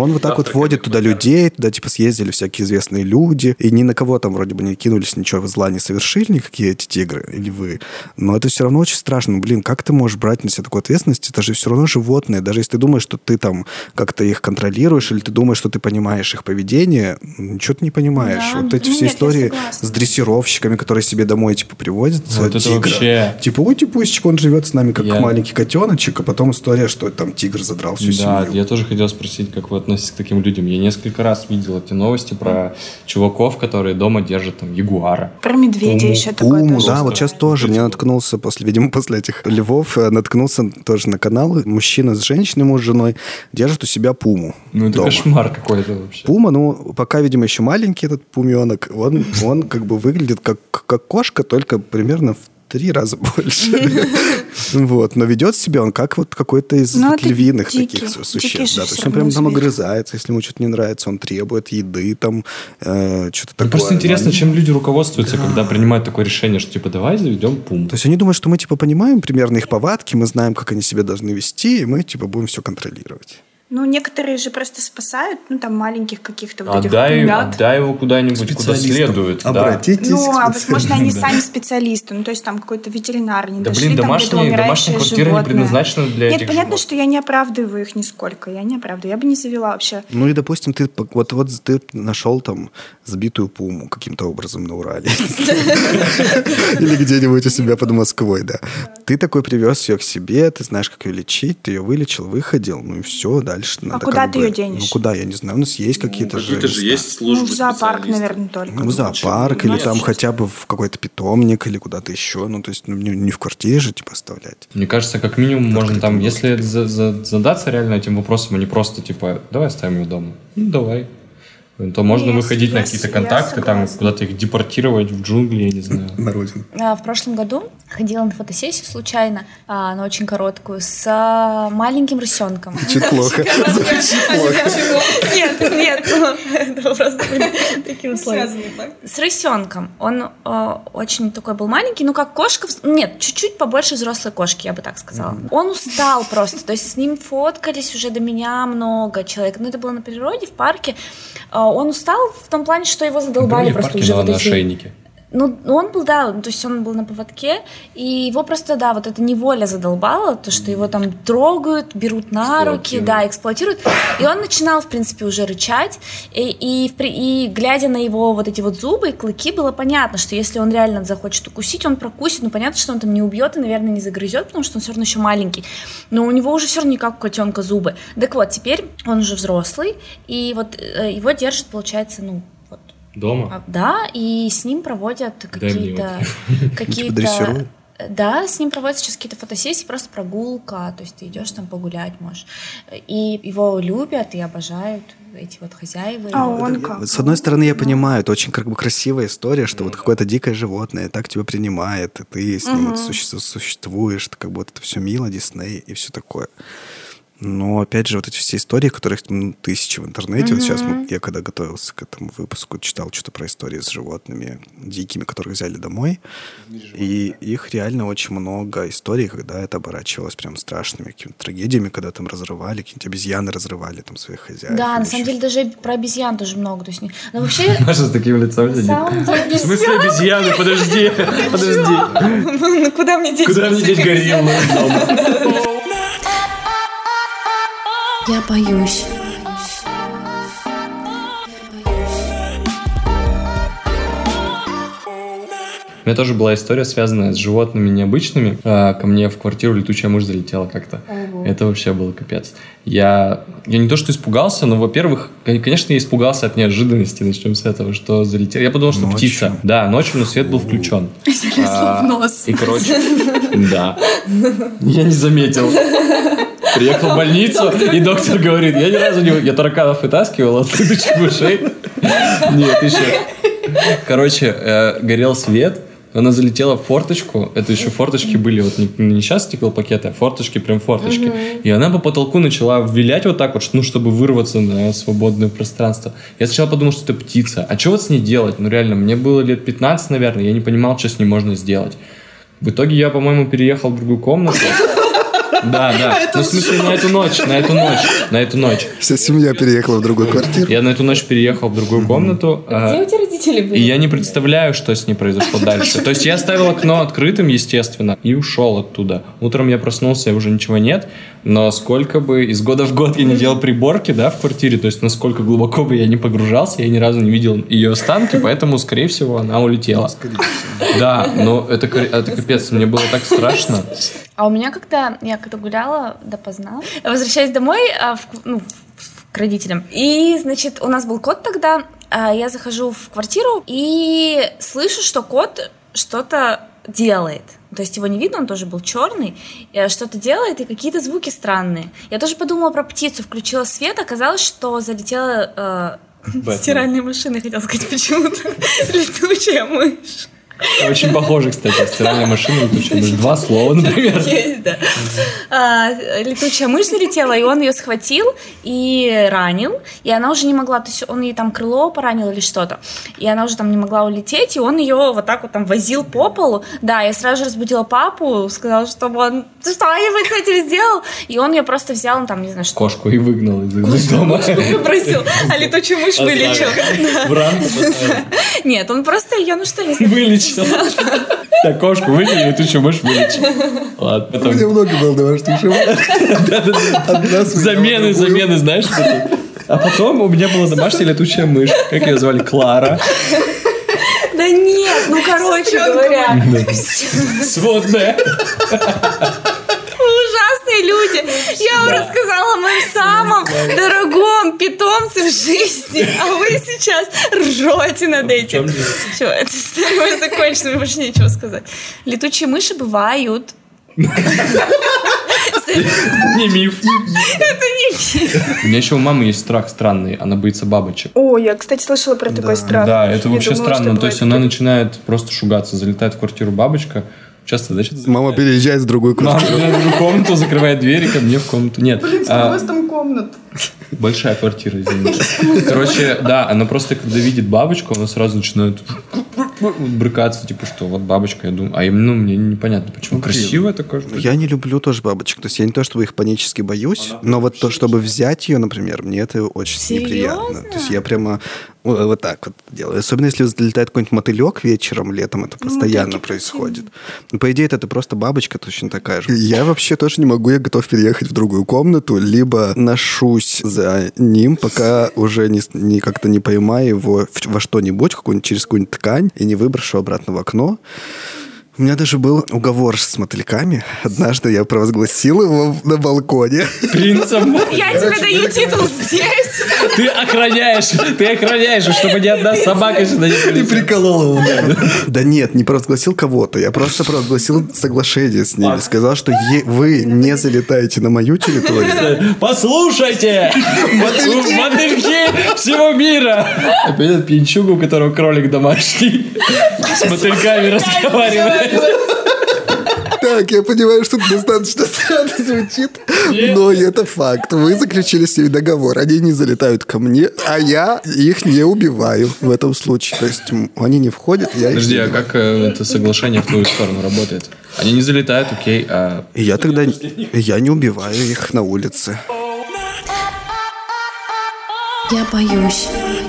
Но он вот так вот водит туда людей, туда типа съездили всякие известные люди, и ни на кого там вроде бы не кинулись, ничего зла не совершили никакие эти тигры или львы. Но это все равно очень страшно. Блин, как ты можешь брать на себя такую ответственность? Это же все равно животные. Даже если ты думаешь, что ты там как-то их контролируешь, или ты думаешь, что ты понимаешь их поведение, ничего ты не понимаешь. Да, вот эти все истории с дрессировщиками, которые себе домой типа приводят вот тигра. Вообще... Типа, ой, типусечка, он живет с нами как маленький котеночек, а потом история, что там тигр задрал всю семью. Да, я тоже хотел спросить, как вы относитесь к таким людям. Я несколько раз видел эти новости про чуваков, которые дома держат там ягуара. Про медведя еще такое тоже. Да, вот сейчас тоже. Мне наткнулся после этих львов, наткнулся тоже на канал. Мужчина с женщиной, муж с женой, держат у себя пуму. Ну, это дома. Кошмар какой-то вообще. Пума, ну, пока, видимо, еще маленький этот пуменок, он как бы выглядит как кошка, только примерно в 3 раза больше. Вот. Но ведет себя он как вот какой-то из львиных таких существ. Да. То есть он прям там огрызается, если ему что-то не нравится, он требует еды, там, что-то такое. Просто интересно, чем люди руководствуются, когда принимают такое решение, что типа давай заведем пуму. То есть они думают, что мы типа понимаем примерно их повадки, мы знаем, как они себя должны вести, и мы типа будем все контролировать. Ну, некоторые же просто спасают, ну, там, маленьких каких-то вот этих отдай его куда-нибудь, куда следует. Обратитесь. Ну, а возможно, они сами специалисты, ну, то есть там какой-то ветеринар не дошли, там где-то умирающее квартиры не животное. предназначены для этих Нет, понятно, животных. что я не оправдываю их нисколько, я бы не завела вообще. Ну, и, допустим, ты ты нашел там сбитую пуму каким-то образом на Урале. Или где-нибудь у себя под Москвой, да. Ты такой привез ее к себе, ты знаешь, как ее лечить, ты ее вылечил, выходил, ну и все, дальше надо. А куда ты ее денешь? Ну, куда, я не знаю, у нас есть какие-то же... Какие-то же есть службы. Ну, в зоопарк, наверное, только. Ну, в зоопарк, или там хотя бы в какой-то питомник, или куда-то еще. Ну, то есть не в квартире же, типа, оставлять. Мне кажется, как минимум можно там, если задаться реально этим вопросом, а не просто, типа, давай оставим ее дома. Ну, давай. То можно выходить на какие-то контакты, там куда-то их депортировать в джунгли, я не знаю. На родину. В прошлом году ходила на фотосессию случайно, на очень короткую, с маленьким рысенком. Звучит плохо. Нет, это просто таким условием. С рысенком. Он очень такой был маленький, ну как кошка, нет, чуть-чуть побольше взрослой кошки, я бы так сказала. Он устал просто, то есть с ним фоткались уже до меня много человек. Ну это было на природе, в парке. Он устал в том плане, что его задолбали просто уже вот на эти... ошейнике. Ну, он был, да, то есть он был на поводке, и его просто, да, вот эта неволя задолбала, то, что его там трогают, берут на руки, да, эксплуатируют, и он начинал, в принципе, уже рычать, и глядя на его вот эти вот зубы и клыки, было понятно, что если он реально захочет укусить, он прокусит, ну, понятно, что он там не убьет и, наверное, не загрызет, потому что он все равно еще маленький, но у него уже все равно не как у котенка зубы. Так вот, теперь он уже взрослый, и вот его держит, получается, ну, дома? Да, и с ним проводят какие-то... Дрессируют? Да, с ним проводятся сейчас какие-то фотосессии, просто прогулка, то есть ты идешь там погулять можешь. И его любят и обожают эти вот хозяева. А он как? С одной стороны, я понимаю, это очень как бы красивая история, что вот какое-то дикое животное так тебя принимает, и ты с ним вот существуешь, как будто это все мило, Дисней и все такое. Но, опять же, вот эти все истории, которых тысячи в интернете. Вот сейчас я, когда готовился к этому выпуску, читал что-то про истории с животными дикими, которых взяли домой. И их реально очень много историй, когда это оборачивалось прям страшными какими-то трагедиями, когда там разрывали, какие-нибудь обезьяны разрывали там своих хозяев. Да, на самом деле даже про обезьян тоже много. То есть, но вообще... Маша с таким лицом сидит. В смысле обезьяны? Подожди. Куда мне деть? Куда мне деть гориллу из дома? Я боюсь. У меня тоже была история, связанная с животными необычными. Ко мне в квартиру летучая мышь залетела как-то. Это вообще был капец. Я не то, что испугался, но, во-первых, конечно, я испугался от неожиданности. Начнем с этого, что залетела. Я подумал, что ночью. птица. Да, ночью, но свет был включен. Залезла в нос. И, короче, да. Я не заметил. Приехал в больницу, и доктор говорит, я ни разу не... Я тараканов вытаскивал от летучих мышей. Нет, еще. Короче, горел свет. Она залетела в форточку. Это еще форточки были, вот не сейчас стеклопакеты, а форточки, прям форточки. И она по потолку начала вилять вот так вот, ну, чтобы вырваться на свободное пространство. Я сначала подумал, что это птица. А что вот с ней делать? Ну, реально, мне было лет 15, наверное, я не понимал, что с ней можно сделать. В итоге я, по-моему, переехал в другую комнату. Да. Ну, в смысле, на эту ночь. Вся семья переехала в другую квартиру. Я на эту ночь переехал в другую комнату. Где у тебя родители были? И я не представляю, что с ней произошло дальше. То есть я оставил окно открытым, естественно, и ушел оттуда. Утром я проснулся, и уже ничего нет. Но сколько бы из года в год я не делал приборки, да, в квартире, то есть насколько глубоко бы я не погружался, я ни разу не видел ее останки, поэтому, скорее всего, она улетела. Да, но это капец, мне было так страшно. А у меня когда гуляла допоздна, возвращаясь домой к родителям, и, значит, у нас был кот тогда, я захожу в квартиру и слышу, что кот что-то делает. То есть его не видно, он тоже был черный, что-то делает, и какие-то звуки странные. Я тоже подумала про птицу, включила свет, оказалось, что залетела стиральная машина, хотела сказать почему-то, летучая мышь. Очень похоже, кстати, стиральная машина, летучая мышь. 2 слова, например. Есть, да. Летучая мышь залетела, и он ее схватил и ранил, и она уже не могла, то есть он ей там крыло поранил или что-то, и она уже там не могла улететь, и он ее вот так вот там возил по полу. Да, я сразу же разбудила папу, сказала, чтобы он что-нибудь с этим сделал, и он ее просто взял, он там, не знаю, что. Кошку и выгнал из дома. Выбросил, а летучую мышь вылечил. В рамку поставил. Нет, он просто ее, не знаю. Вылечил. Так, кошку вылечил, летучую мышь вылечил. Ладно. У меня много было домашних животных. Замены, знаешь, что-то. А потом у меня была домашняя летучая мышь. Как ее звали? Клара. Да нет, короче говоря. Сводная. Ужасные люди. Я вам рассказала о моем самом дорогом питомце в жизни, а вы сейчас ржете над этим. Все, эта история закончена, мне больше нечего сказать. Летучие мыши бывают. Не миф. Это не миф. У меня еще у мамы есть страх странный. Она боится бабочек. О, я, кстати, слышала про такой страх. Да, это Я вообще думала, странно. что То есть бывает она начинает просто шугаться. Залетает в квартиру бабочка. Часто, да, что-то Мама переезжает в другую Мама квартиру. в другую комнату, закрывает двери, ко мне в комнату. Нет. Блин, сколько у вас там комнат? Большая квартира, извините. Короче, да, она просто, когда видит бабочку, она сразу начинает брыкаться, типа, что вот бабочка, я думаю. мне непонятно, почему. Красивая такая. Я не люблю тоже бабочек. То есть я не то, чтобы их панически боюсь, но вот то, чтобы взять ее, например, мне это очень неприятно. То есть я прямо вот так вот делаю. Особенно, если залетает какой-нибудь мотылек вечером, летом, это постоянно происходит. По идее, это просто бабочка точно такая же. Я вообще тоже не могу, я готов переехать в другую комнату, либо ношусь за ним, пока уже не как-то не поймаю его во что-нибудь, через какую-нибудь ткань, и не выброшу обратно в окно. У меня даже был уговор с мотыльками. Однажды я провозгласил его на балконе. Принцем. Я тебе даю титул здесь. Ты охраняешь, чтобы ни одна собака сюда не И прилетела. приколол его. Да нет, не провозгласил кого-то. Я просто провозгласил соглашение с ними. Сказал, что вы не залетаете на мою территорию. Послушайте! Мотыльки всего мира! Опять пьянчуга, у которого кролик домашний. С мотыльками разговаривает. Так, я понимаю, что это достаточно странно звучит, но это факт. Вы заключили с ними договор. Они не залетают ко мне, а я их не убиваю в этом случае. То есть они не входят, я их Подожди, не а убиваю. как это соглашение в твою сторону работает? Они не залетают, окей, а... И я тогда я не убиваю их на улице. Я боюсь.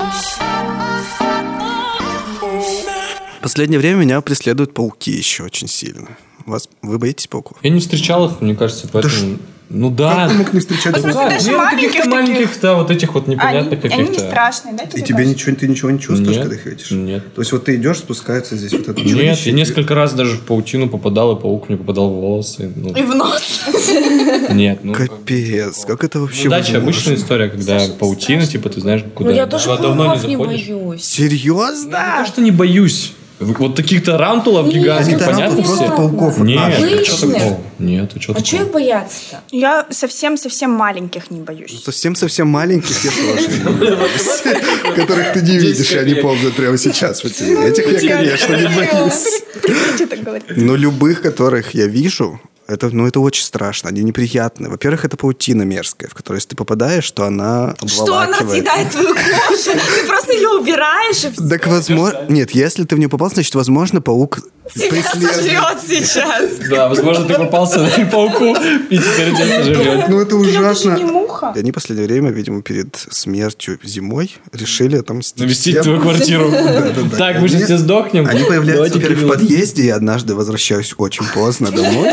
В последнее время меня преследуют пауки еще очень сильно. Вы боитесь пауков? Я не встречал их, мне кажется, поэтому... Ну да. Как ты мог не встречать смысле, пауков? даже Нет, маленьких каких-то маленьких, да, вот этих вот непонятных Они не каких-то. страшные, да? И тебе ты ничего не чувствуешь, Нет, когда их видишь? нет. То есть вот ты идешь, спускается здесь вот это Нет, чудище, я несколько раз даже в паутину попадал, и паук мне попадал в волосы. Ну, И в нос. нет, ну... Капец, как это вообще Удача, возможно? обычная история, когда паутина, типа, ты знаешь, куда... Ну я тоже куда давно пауков не заходишь. боюсь. Серьезно? Я что не боюсь. Вот таких тарантулов гигантских, Нет, понятно тарантулов, все? просто пауков. Нет, Обычных. а что такого? Нет, а что А что их такого? бояться-то? Я совсем маленьких не боюсь. Совсем маленьких я тоже не боюсь. Которых ты не видишь, и они ползают прямо сейчас. Вот этих я, конечно, не боюсь. Прекратите так говорить. Но любых, которых я вижу, это очень страшно. Они неприятные. Во-первых, это паутина мерзкая, в которую, если ты попадаешь, то она обволакивает. Что она съедает твою кожу? Ты просто ее убираешь и все. Так возможно... Нет, если ты в нее попал, значит, возможно, паук Тебя сожрет сейчас. Да, возможно, ты попался на пауку, и теперь тебя сожрет. Ну, это ужасно. Это же не муха. И они в последнее время, видимо, перед смертью зимой решили отомстить. Навестить твою квартиру. Так, мы сейчас все сдохнем. Они появляются, Давайте во-первых, в Кирилла. подъезде, и однажды возвращаюсь очень поздно домой.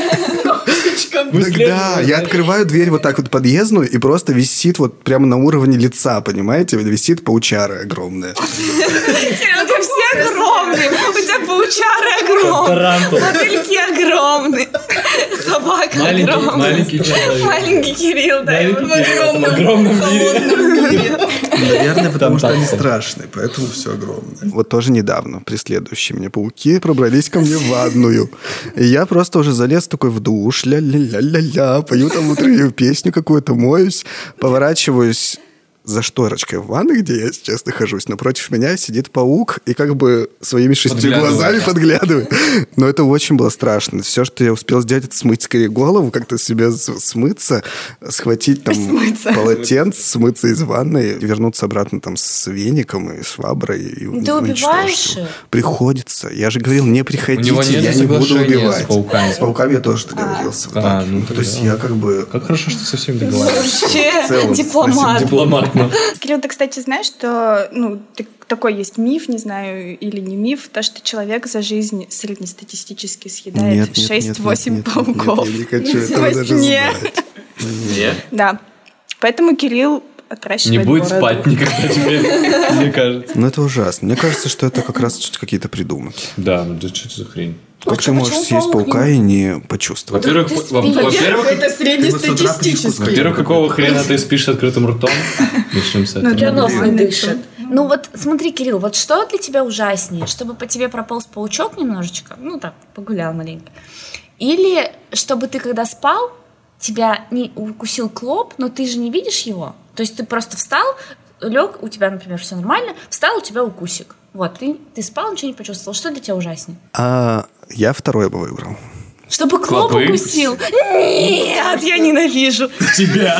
Тогда я открываю дверь вот так вот подъездную, и просто висит вот прямо на уровне лица, понимаете? Висит паучара огромная. Кирилл, все огромные. У тебя паучары огромные. Тарантул. Мотыльки огромные. Собака огромная. Маленький человек. Маленький Кирилл, да. и Маленький он Кирилл в огромном мире. Наверное, потому что они так. страшные, поэтому все огромное. Вот тоже недавно преследующие меня пауки пробрались ко мне в ванную. И я просто уже залез такой в душ, ля-ля-ля-ля-ля, пою там утреннюю песню какую-то, моюсь, поворачиваюсь за шторочкой в ванной, где я сейчас нахожусь. Напротив меня сидит паук и как бы своими 6 Подглядывает. глазами подглядывает. Но это очень было страшно. Все, что я успел сделать, это смыть скорее голову, как-то себе смыться, схватить там полотенце, смыться из ванной, вернуться обратно там с веником и шваброй. И Ты убиваешь уничтожить его. их? Приходится. Я же говорил, не У приходите, него нет я не буду соглашения убивать. с пауками. С пауками я тоже договорился. вот так. Ну, То есть я как бы... Как хорошо, что со всеми договариваешься. В целом, Вообще дипломат. Дипломатно. Кирилл, ты, кстати, знаешь, что такой есть миф, не знаю, или не миф, то, что человек за жизнь среднестатистически съедает 6-8 пауков. Я не хочу этого Во даже сне. знать. Нет. Да. Поэтому Кирилл Не отращивает будет бороду. спать никогда теперь, мне кажется. Ну, это ужасно. Мне кажется, что это как раз какие-то придумки. Да, да что это за хрень? Как ты можешь съесть паука и не почувствовать? Во-первых, Это среднестатистически. во-первых, какого хрена ты спишь с открытым ртом? Начнем с этого. Тебя нос не Блин. дышит. Ну вот смотри, Кирилл, вот что для тебя ужаснее? Чтобы по тебе прополз паучок немножечко, ну так, погулял маленько. Или чтобы ты, когда спал, тебя не укусил клоп, но ты же не видишь его. То есть ты просто встал, лег, у тебя, например, все нормально, встал, у тебя укусик. Вот, ты спал, ничего не почувствовал. Что для тебя ужаснее? Я второе бы выбрал. Чтобы клоп Клопы? укусил? Нет, я ненавижу. Тебя.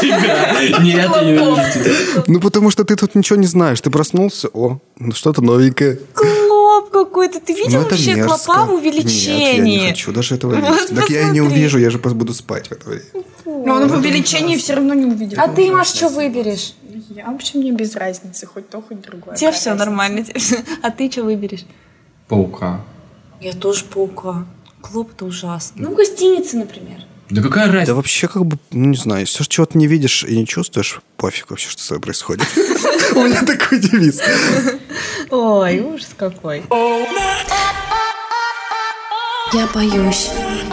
Нет, я ненавижу тебя. Ну, потому что ты тут ничего не знаешь. Ты проснулся, что-то новенькое. Клоп какой-то. Ты видел Ну, это вообще мерзко. клопа в Нет, я увеличении? не хочу даже этого Вот видеть. Так я и не посмотри. увижу, я же просто буду спать в это время. Но он в увеличении все равно не увидит. А ты, Маш, что выберешь? Я вообще мне без разницы, хоть то, хоть другое. Тебе все нормально. А ты что выберешь? Паука. Я тоже паука. Клоп это ужасно. Ну, в гостинице, например. Да какая Да разница? вообще, как бы, не знаю, все, чего ты не видишь и не чувствуешь, пофиг вообще, что с тобой происходит. У меня такой девиз. Ой, ужас какой. Я боюсь.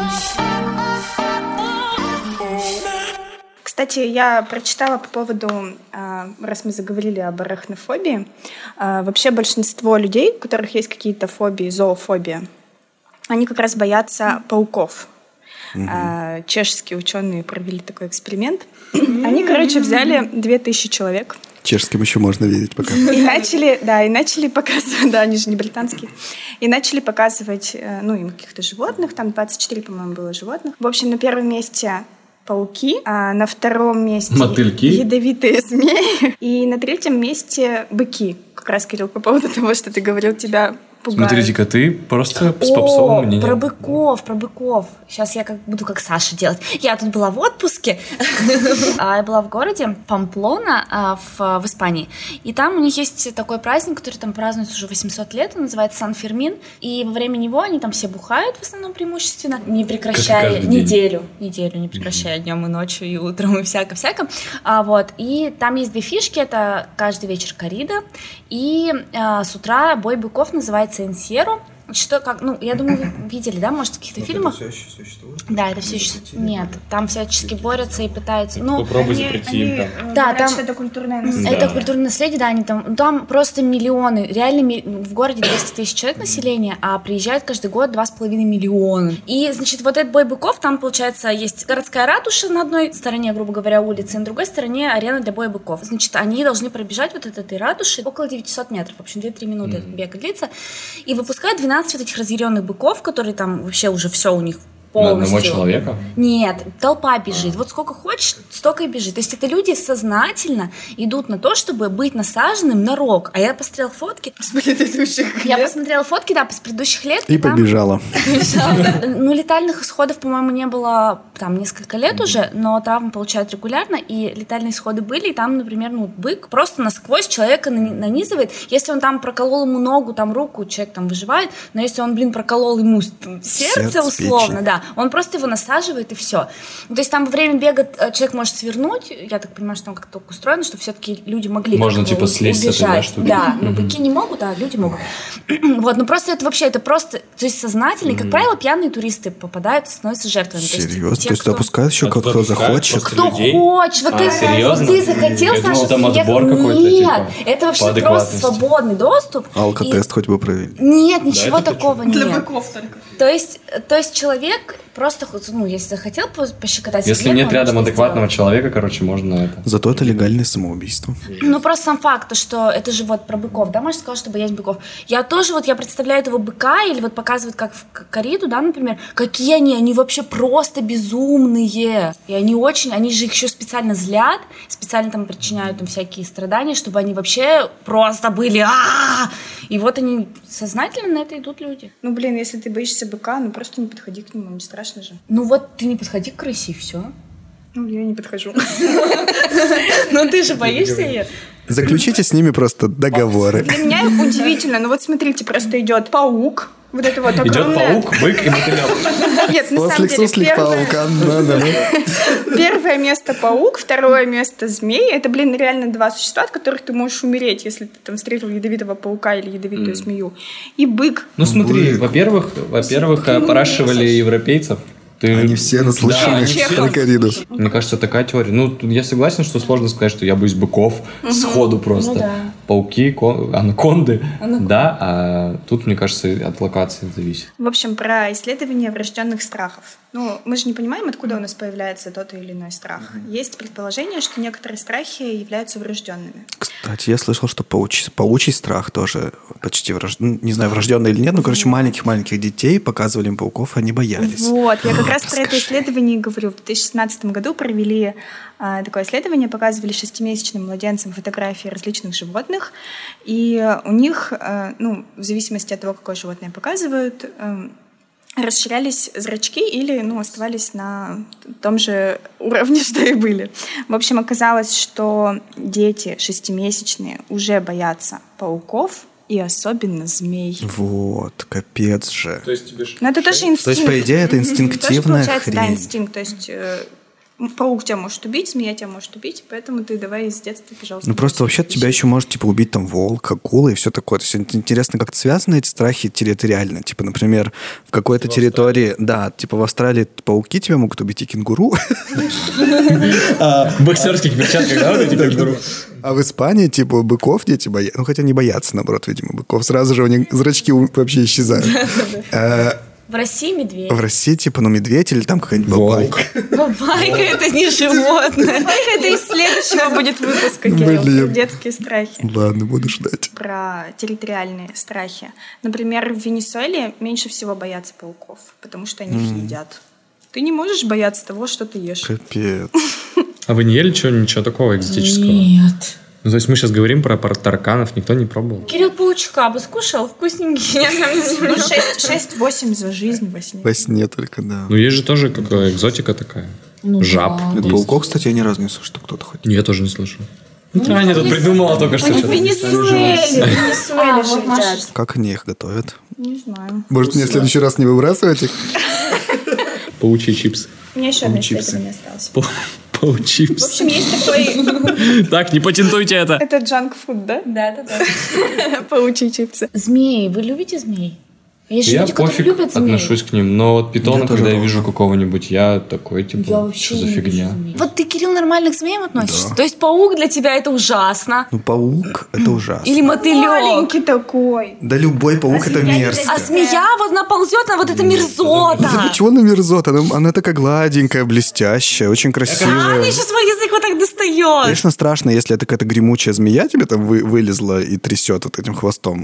Кстати, я прочитала по поводу, раз мы заговорили об арахнофобии, вообще большинство людей, у которых есть какие-то фобии, зоофобия, они как раз боятся пауков. Чешские ученые провели такой эксперимент. Они, взяли 2000 человек. Чешским еще можно видеть пока. И начали показывать, да, они же не британские, и начали показывать, им каких-то животных, там 24, по-моему, было животных. В общем, на первом месте пауки, а на втором месте Мотыльки. ядовитые змеи, и на третьем месте быки. Как раз, Кирилл, по поводу того, что ты говорил, тебя пугают. Смотрите-ка, ты просто с попсовым мнением. про быков. Сейчас я буду как Саша делать. Я тут была в отпуске. Я была в городе Памплона в Испании. И там у них есть такой праздник, который там празднуется уже 800 лет. Он называется Сан-Фермин. И во время него они там все бухают в основном преимущественно, не прекращая каждый день. неделю, не прекращая днем и ночью, и утром, и всяко-всяко. И там есть две фишки. Это каждый вечер коррида. И с утра бой быков называется Энсьеро. Я думаю, вы видели, да, может, в каких-то фильмах? Это все еще существует? Да, это все еще... Нет, там всячески борются и пытаются... Попробуй запрети им там. Да, говорят, там- что это культурное наследие. Это культурное наследие, да, они там просто миллионы, реально в городе 200 тысяч человек населения, а приезжают каждый год 2,5 миллиона. И, значит, вот этот бой быков, там, получается, есть городская ратуша на одной стороне, грубо говоря, улицы, на другой стороне арена для боя быков. Значит, они должны пробежать вот от этой ратуши около 900 метров, в общем, 2-3 минуты бега длится, и выпускают 12 вот этих разъяренных быков, которые там вообще уже все у них полностью. одного человека? Нет, толпа бежит. Вот сколько хочешь, столько и бежит. То есть это люди сознательно идут на то, чтобы быть насаженным на рок. А я посмотрела фотки. С предыдущих Я лет. посмотрела фотки, да, с предыдущих лет. И там- побежала. Ну, летальных исходов, по-моему, не было там несколько лет уже, но травмы получают регулярно, и летальные исходы были, и там, например, бык просто насквозь человека нанизывает. Если он там проколол ему ногу, там руку, человек там выживает, но если он, проколол ему сердце условно, печень. да, он просто его насаживает, и все. То есть там во время бега человек может свернуть, я так понимаю, что там как-то устроено, чтобы все-таки люди могли Можно, как-то типа, слезть с этой, да, убежать. штуки? Да, быки не могут, а люди могут. Вот, ну просто это вообще, это просто, то есть сознательно, и, как правило, пьяные туристы попадают, становятся жертвами. Серьезно? те, То есть кто- допускают еще, кто захочет? кто хочет, вот ты, серьезно? вот ты захотел, Я думал, Саша, там приехал. отбор какой-то, Нет, типа, это вообще по просто адекватности. свободный доступ. Алкотест хоть бы провели. Нет, ничего это такого Для нет. быков только. То есть человек просто, если захотел пощекотать Если себе, нет он рядом может адекватного сделать. человека, короче, можно это. Зато это легальное самоубийство. Ну, просто сам факт, что это же вот про быков, да, Маша сказала, что боязнь быков. Я тоже я представляю этого быка, или вот показывают, как в кориду, да, например, какие они вообще просто безумные. И они же их еще специально злят, специально там причиняют им всякие страдания, чтобы они вообще просто были И вот они сознательно на это идут люди. Ну, блин, если ты боишься быка, просто не подходи к нему, не страшно же. Ну вот ты не подходи к крысе, все. Ну, я не подхожу. Ну ты же боишься ее? Заключите с ними просто договоры. Для меня удивительно. Ну вот смотрите, просто идет паук. Вот это вот Идет огромное... паук, бык и мотылек. Нет, на самом Суслик, деле, суслик, паука. первое место паук, второе место змей. Это, реально два существа, от которых ты можешь умереть, если ты там встретил ядовитого паука или ядовитую змею. И бык. Ну смотри, во-первых, опрашивали европейцев. Они все наслышаны они все про кориду. Мне кажется, такая теория. Ну, тут я согласен, что сложно сказать, что я боюсь быков сходу просто. Ну да. Пауки, анаконды. Да, а тут, мне кажется, от локации зависит. В общем, про исследование врожденных страхов. Ну, мы же не понимаем, откуда у нас появляется тот или иной страх. Есть предположение, что некоторые страхи являются врожденными. Кстати, я слышал, что паучий страх тоже почти врожденный. Не знаю, врожденный или нет, но, короче, маленьких детей показывали им пауков, они боялись. Вот, я как раз про это исследование и говорю. В 2016 году провели такое исследование, показывали 6-месячным младенцам фотографии различных животных, и у них, в зависимости от того, какое животное показывают, расширялись зрачки или оставались на том же уровне, что и были. В общем, оказалось, что дети 6-месячные уже боятся пауков, и особенно змей. Вот, капец же. То есть тебе... Но это тоже инстинкт. То есть, по идее, это инстинктивная Тоже получается, да, хрень. инстинкт. То есть паук тебя может убить, змея тебя может убить, поэтому ты давай с детства, пожалуйста. Ну, просто вообще тебя еще может, убить там волк, акула и все такое. То есть интересно, как связаны эти страхи территориально. Типа, например, в какой-то территории... Да, в Австралии пауки тебя могут убить и кенгуру. В боксерских перчатках, да, вот эти кенгуру? А в Испании, быков дети боятся. Ну, хотя не боятся, наоборот, видимо, быков. Сразу же у них зрачки вообще исчезают. В России медведь. В России, медведь или там какая-нибудь бабайка. Бабайка — это не животное. Это из следующего будет выпуска, Кирилл, Блин. про детские страхи. Ладно, буду ждать. Про территориальные страхи. Например, в Венесуэле меньше всего боятся пауков, потому что они их едят. Ты не можешь бояться того, что ты ешь. Капец. А вы не ели ничего такого экзотического? Нет. Ну, то есть мы сейчас говорим про тараканов, никто не пробовал. Кирилл паучка бы скушал, вкусненький. 6-8 за жизнь во сне. Во сне только, да. Ну, есть же тоже какая экзотика такая. Жаб. да. Это пауков, кстати, я ни разу не слышал, что кто-то хоть. Я тоже не слышал. Аня тут придумала только что. Они в что-то. Венесуэле А, же вот Маша. едят. Как они их готовят? Не знаю. Может, мне в следующий раз не выбрасывать их? Паучьи чипсы. У меня еще одно Чипсы. исследование осталось. В Паучипс. общем, есть такой... Так, не патентуйте это. Это джанк-фуд, да? Да. Паучьи чипсы. Змеи. Вы любите змей? Есть же Я люди, которые пофиг любят змей. отношусь к ним, но вот питона, Я тоже когда я ровно. вижу какого-нибудь, я такой, Я что вообще за не фигня? вижу змей. Вот ты, Кирилл, нормально к змеям относишься? Да. То есть паук для тебя это ужасно? Ну, паук — это ужасно. Или мотылек? Маленький такой. Да любой паук — это мерзко. А змея вот наползет на вот это мерзота. Да почему она мерзота? Она такая гладенькая, блестящая, очень А, красивая. она еще свой язык вот так достает. Конечно, страшно, если это какая-то гремучая змея тебе там вылезла и трясет вот этим хвостом.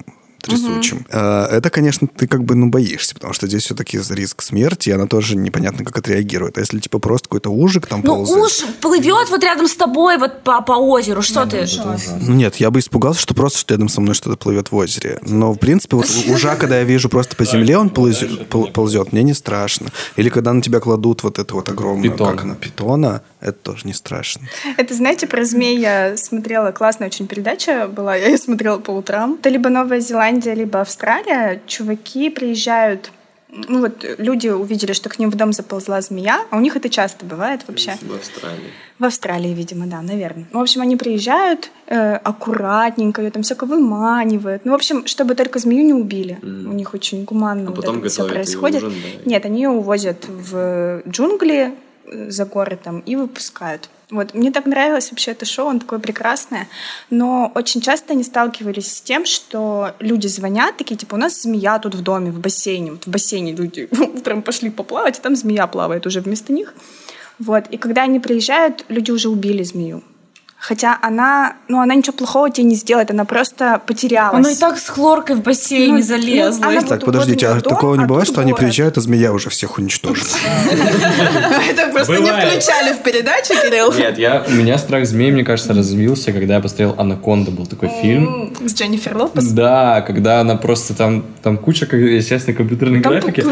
трясучим. Это, конечно, ты как бы, боишься, потому что здесь все-таки риск смерти, и она тоже непонятно, как отреагирует. А если, типа, просто какой-то ужик там ползает... уж плывет вот рядом с тобой вот по озеру, что ты? Нет, я бы испугался, что просто рядом со мной что-то плывет в озере. Но, в принципе, вот ужа, когда я вижу просто по земле, он ползет, мне не страшно. Или когда на тебя кладут вот это вот огромное, питона, это тоже не страшно. Это, знаете, про змей я смотрела, классная очень передача была, я ее смотрела по утрам. Это либо Новая Зеландия, либо Австралия. Чуваки приезжают, люди увидели, что к ним в дом заползла змея, а у них это часто бывает вообще. В Австралии. В Австралии, видимо, да, наверное. В общем, они приезжают аккуратненько, ее там всяко выманивают. В общем, чтобы только змею не убили. У них очень гуманно а потом это все происходит. Ужин, да. Нет, они ее увозят в джунгли за горы там и выпускают. Мне так нравилось вообще это шоу, оно такое прекрасное, но очень часто они сталкивались с тем, что люди звонят, такие, типа, у нас змея тут в доме, в бассейне. В бассейне люди утром пошли поплавать, и там змея плавает уже вместо них. И когда они приезжают, люди уже убили змею. Хотя она ничего плохого тебе не сделает, она просто потерялась. Она и так с хлоркой в бассейне залезла. Так, подождите, а такого не бывает, что они приезжают, а змея уже всех уничтожит? Это просто не включали в передачу, Кирилл? Нет, у меня страх змей, мне кажется, развился, когда я посмотрел «Анаконда», был такой фильм. С Дженнифер Лопес? Да, когда она просто там куча, естественно, компьютерной графики.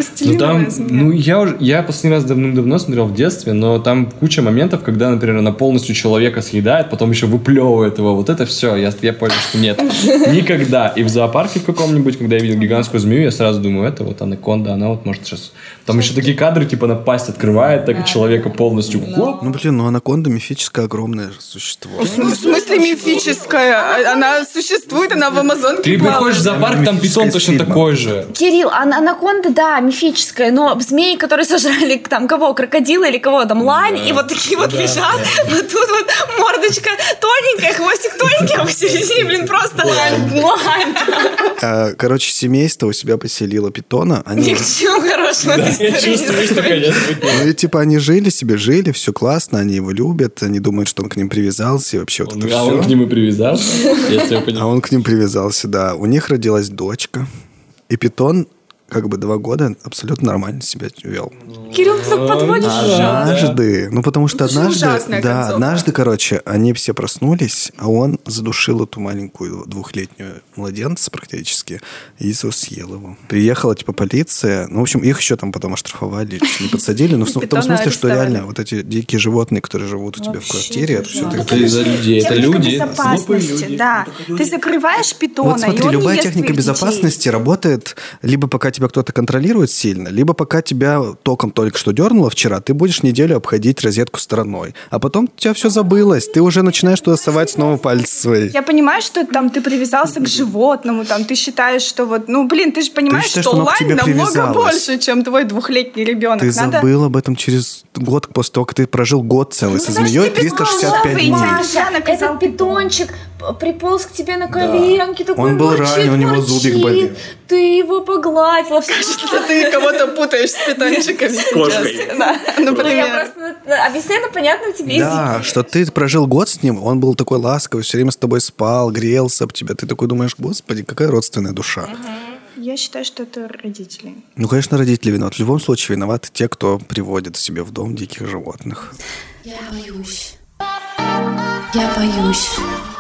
Я последний раз давным-давно смотрел в детстве, но там куча моментов, когда, например, она полностью человека съедает, потом еще выплевывает его. Вот это все. Я понял, что нет. Никогда. И в зоопарке в каком-нибудь, когда я видел гигантскую змею, я сразу думаю, это вот анаконда, она вот может сейчас... Там еще такие кадры, типа она пасть открывает, так и человека полностью... Анаконда мифическое огромное же существо. В смысле мифическая? Она существует, она в Амазонке Ты приходишь в зоопарк, там питон точно такой же. Кирилл, анаконда, да, мифическая, но змеи, которые сожрали там кого, крокодила или кого там, лань, и вот такие вот лежат, вот тут вот мордочка тоненькая, хвостик тоненький, а посередине, просто лань. Короче, семейство у себя поселило питона. Ни к чему хорошему этой истории. Я чувствую, что, конечно, и типа они жили, все классно, они его любят, они думают, что он к ним привязался, и вообще вот это все. А он к ним и привязался? А он к ним привязался, да. У них родилась дочка, и питон 2 года абсолютно нормально себя вел. Кирилл, ты так подводишь? Однажды, потому что однажды, они все проснулись, а он задушил эту маленькую 2-летнюю младенца практически и съел его. Приехала, полиция, в общем, их еще там потом оштрафовали, не подсадили, но в том смысле, что реально вот эти дикие животные, которые живут у тебя в квартире, это все это из-за людей, это люди. Безопасности, да. Ты закрываешь питона, вот смотри, любая техника безопасности работает либо пока тебя кто-то контролирует сильно, либо пока тебя током только что дернуло вчера, ты будешь неделю обходить розетку стороной. А потом у тебя все забылось, ты уже начинаешь туда совать снова пальцы свои. Я понимаю, что там ты привязался к животному, там ты считаешь, что ты же понимаешь, что лань намного больше, чем твой 2-летний ребенок. Ты забыл об этом через год, после того, как ты прожил год целый со змеей, 365 дней. Этот питончик приполз к тебе на коленки, такой он был ранен, у него зубик болел. Ты его погладила. Ты кого-то путаешь с питончиками сейчас. Да, например. Я просто объясняю на понятном тебе языке. Да, что ты прожил год с ним, он был такой ласковый, все время с тобой спал, грелся об тебя. Ты такой думаешь, господи, какая родственная душа. Я считаю, что это родители. Конечно, родители виноваты. В любом случае виноваты те, кто приводит себе в дом диких животных. Я боюсь.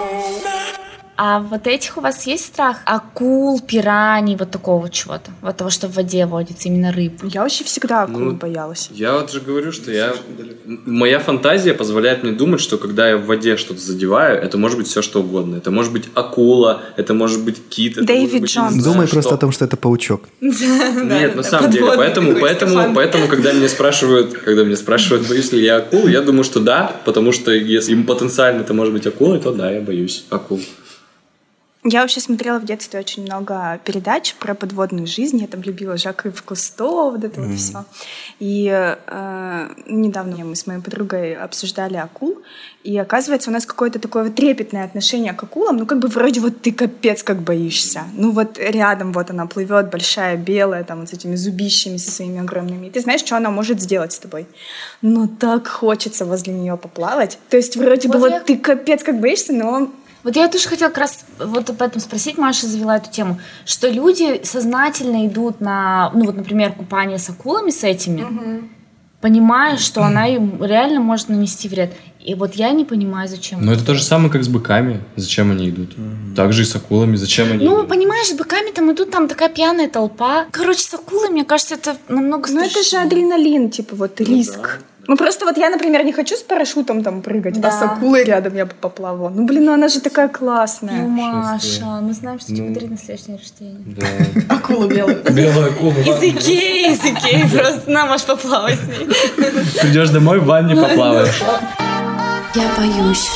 А вот этих у вас есть страх? Акул, пираний, вот такого чего-то? Вот того, что в воде водится, именно рыб. Я вообще всегда акул боялась. Я вот же говорю, что моя фантазия позволяет мне думать, что когда я в воде что-то задеваю, это может быть все, что угодно. Это может быть акула, это может быть кит. Дэвид Джонс. Думай просто о том, что это паучок. Нет, на самом деле. Поэтому, когда меня спрашивают, боюсь ли я акул, я думаю, что да, потому что если им потенциально это может быть акулой, то да, я боюсь акул. Я вообще смотрела в детстве очень много передач про подводную жизнь. Я там любила Жака Ив Кусто, вот это вот все. И недавно мы с моей подругой обсуждали акул. И оказывается, у нас какое-то такое вот трепетное отношение к акулам. Вроде вот ты капец как боишься. Рядом вот она плывет, большая, белая, там вот с этими зубищами, со своими огромными. И ты знаешь, что она может сделать с тобой. Но так хочется возле нее поплавать. То есть вроде бы вот ты капец как боишься, но Вот я тоже хотела как раз вот об этом спросить, Маша завела эту тему, что люди сознательно идут на, ну вот, например, купание с акулами с этими, понимая, что она им реально может нанести вред. И вот я не понимаю, зачем. Но это то же самое, как с быками. Зачем они идут? Так же и с акулами. Зачем они идут? Понимаешь, с быками там идут, там такая пьяная толпа. Короче, с акулами, мне кажется, это намного страшнее. Ну, это же адреналин, типа, вот риск. Ну, просто вот я, например, не хочу с парашютом там прыгать, а с акулой рядом я бы поплавала. Ну, блин, ну она же такая классная. Ну, Маша, мы знаем, что тебе подарить на следующее день рождения. Да. Акула белая. Белая акула. Из Икеи, просто на, Маш, поплавай с ней. Придешь домой, в ванне поплаваешь. Я боюсь.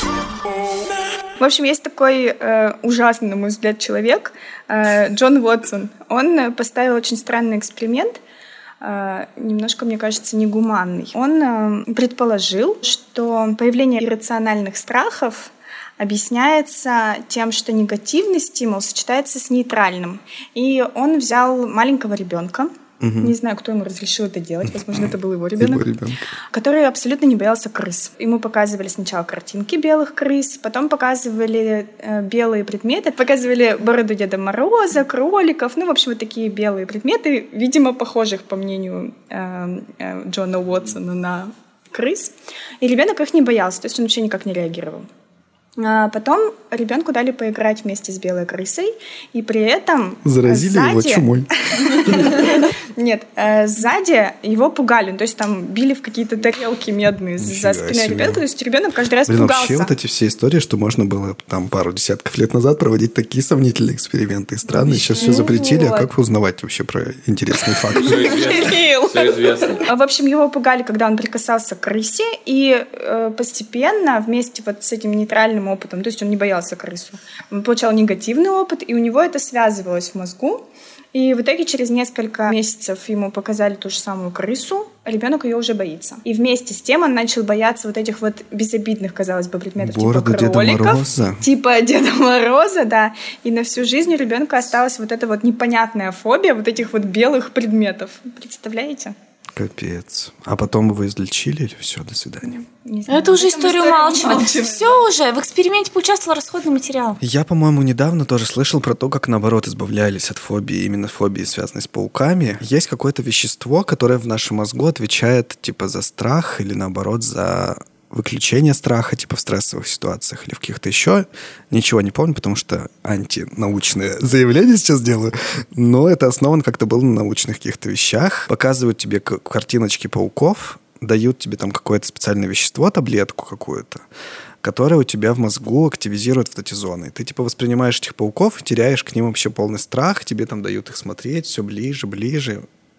В общем, есть такой ужасный, на мой взгляд, человек, Джон Уотсон. Он поставил очень странный эксперимент, немножко, мне кажется, негуманный. Он предположил, что появление иррациональных страхов объясняется тем, что негативный стимул сочетается с нейтральным. И он взял маленького ребенка, не знаю, кто ему разрешил это делать, возможно, это был его ребенок, который абсолютно не боялся крыс. Ему показывали сначала картинки белых крыс, потом показывали белые предметы, показывали бороду Деда Мороза, кроликов, ну, в общем, вот такие белые предметы, видимо, похожих, по мнению Джона Уотсона, на крыс. И ребенок их не боялся, то есть он вообще никак не реагировал. А потом ребенку дали поиграть вместе с белой крысой, и при этом заразили его чумой. Нет, сзади его пугали, то есть там били в какие-то тарелки медные за спиной ребенка, то есть ребенок каждый раз пугался. Вообще вот эти все истории, что можно было там пару десятков лет назад проводить такие сомнительные эксперименты и странные, сейчас все запретили, а как узнавать вообще про интересные факты? Все известно. В общем, его пугали, когда он прикасался к крысе, и постепенно вместе вот с этим нейтральным опытом, то есть он не боялся крысу, он получал негативный опыт, и у него это связывалось в мозгу. И в итоге через несколько месяцев ему показали ту же самую крысу, а ребенок ее уже боится. И вместе с тем он начал бояться вот этих вот безобидных, казалось бы, предметов, Бороду типа кроликов, Деда Мороза. типа Деда Мороза, да. И на всю жизнь у ребенка осталась вот эта вот непонятная фобия вот этих вот белых предметов. Представляете? Капец. А потом его излечили или все, до свидания? Это уже история умалчивает. Все уже, в эксперименте поучаствовал расходный материал. Я, по-моему, недавно тоже слышал про то, как, наоборот, избавлялись от фобии, именно фобии, связанной с пауками. Есть какое-то вещество, которое в нашем мозгу отвечает, типа, за страх или, наоборот, за выключение страха, типа в стрессовых ситуациях или в каких-то еще. Ничего не помню, потому что антинаучное заявление сейчас делаю. Но это основано как-то было на научных каких-то вещах. Показывают тебе картиночки пауков, дают тебе там какое-то специальное вещество, таблетку какую-то, которая у тебя в мозгу активизирует вот эти зоны. И ты типа воспринимаешь этих пауков, теряешь к ним вообще полный страх, тебе там дают их смотреть все ближе, ближе,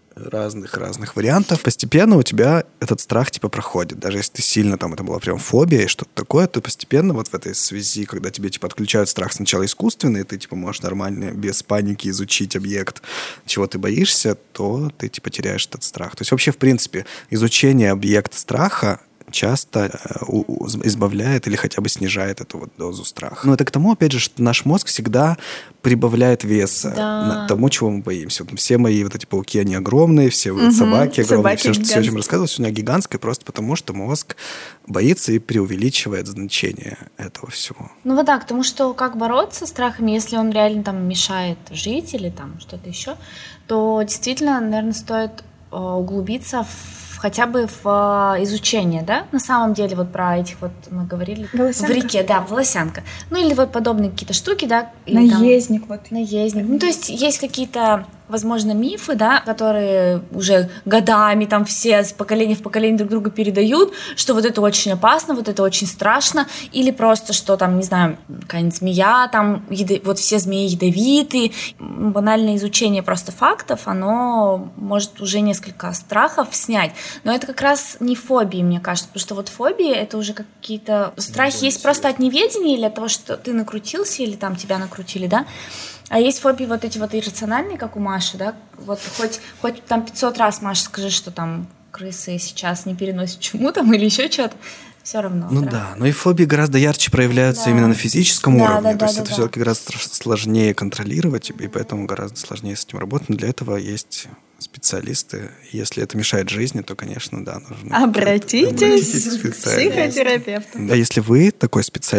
разных вариантов. Постепенно у тебя этот страх типа проходит. Даже если ты сильно там, это была прям фобия и что-то такое, то постепенно вот в этой связи, когда тебе типа отключают страх сначала искусственный, и ты типа можешь нормально, без паники изучить объект, чего ты боишься, то ты типа теряешь этот страх. То есть вообще, в принципе, изучение объекта страха часто избавляет или хотя бы снижает эту вот дозу страха. Но это к тому, опять же, что наш мозг всегда прибавляет веса тому, чего мы боимся. Вот все мои вот эти пауки, они огромные, все собаки огромные, все, о чем рассказывал, все у меня гигантское, просто потому что мозг боится и преувеличивает значение этого всего. Ну вот да, к тому, что как бороться с страхами, если он реально там мешает жить или там что-то еще, то действительно, наверное, стоит углубиться хотя бы в изучение, да, на самом деле вот про этих вот мы говорили волосянка. В реке, да, волосянка, ну или вот подобные какие-то штуки, да, наездник, там, вот наездник, ну то есть есть какие-то, возможно, мифы, да, которые уже годами там все с поколения в поколение друг друга передают, что вот это очень опасно, вот это очень страшно, или просто, что там, не знаю, какая-нибудь змея, там, вот все змеи ядовитые. Банальное изучение просто фактов, оно может уже несколько страхов снять. Но это как раз не фобии, мне кажется, потому что вот фобии — это уже какие-то... Страхи есть просто от неведения или от того, что ты накрутился, или там тебя накрутили, да? А есть фобии вот эти вот иррациональные, как у Маши, да? Вот хоть там 500 раз, Маша, скажи, что там крысы сейчас не переносят чуму там или еще что-то, все равно. Ну да, но и фобии гораздо ярче проявляются именно на физическом уровне. То есть это все-таки гораздо сложнее контролировать, и поэтому гораздо сложнее с этим работать. Но для этого есть специалисты. Если это мешает жизни, то, конечно, да, нужно... Обратитесь к психотерапевту. А если вы такой специалист,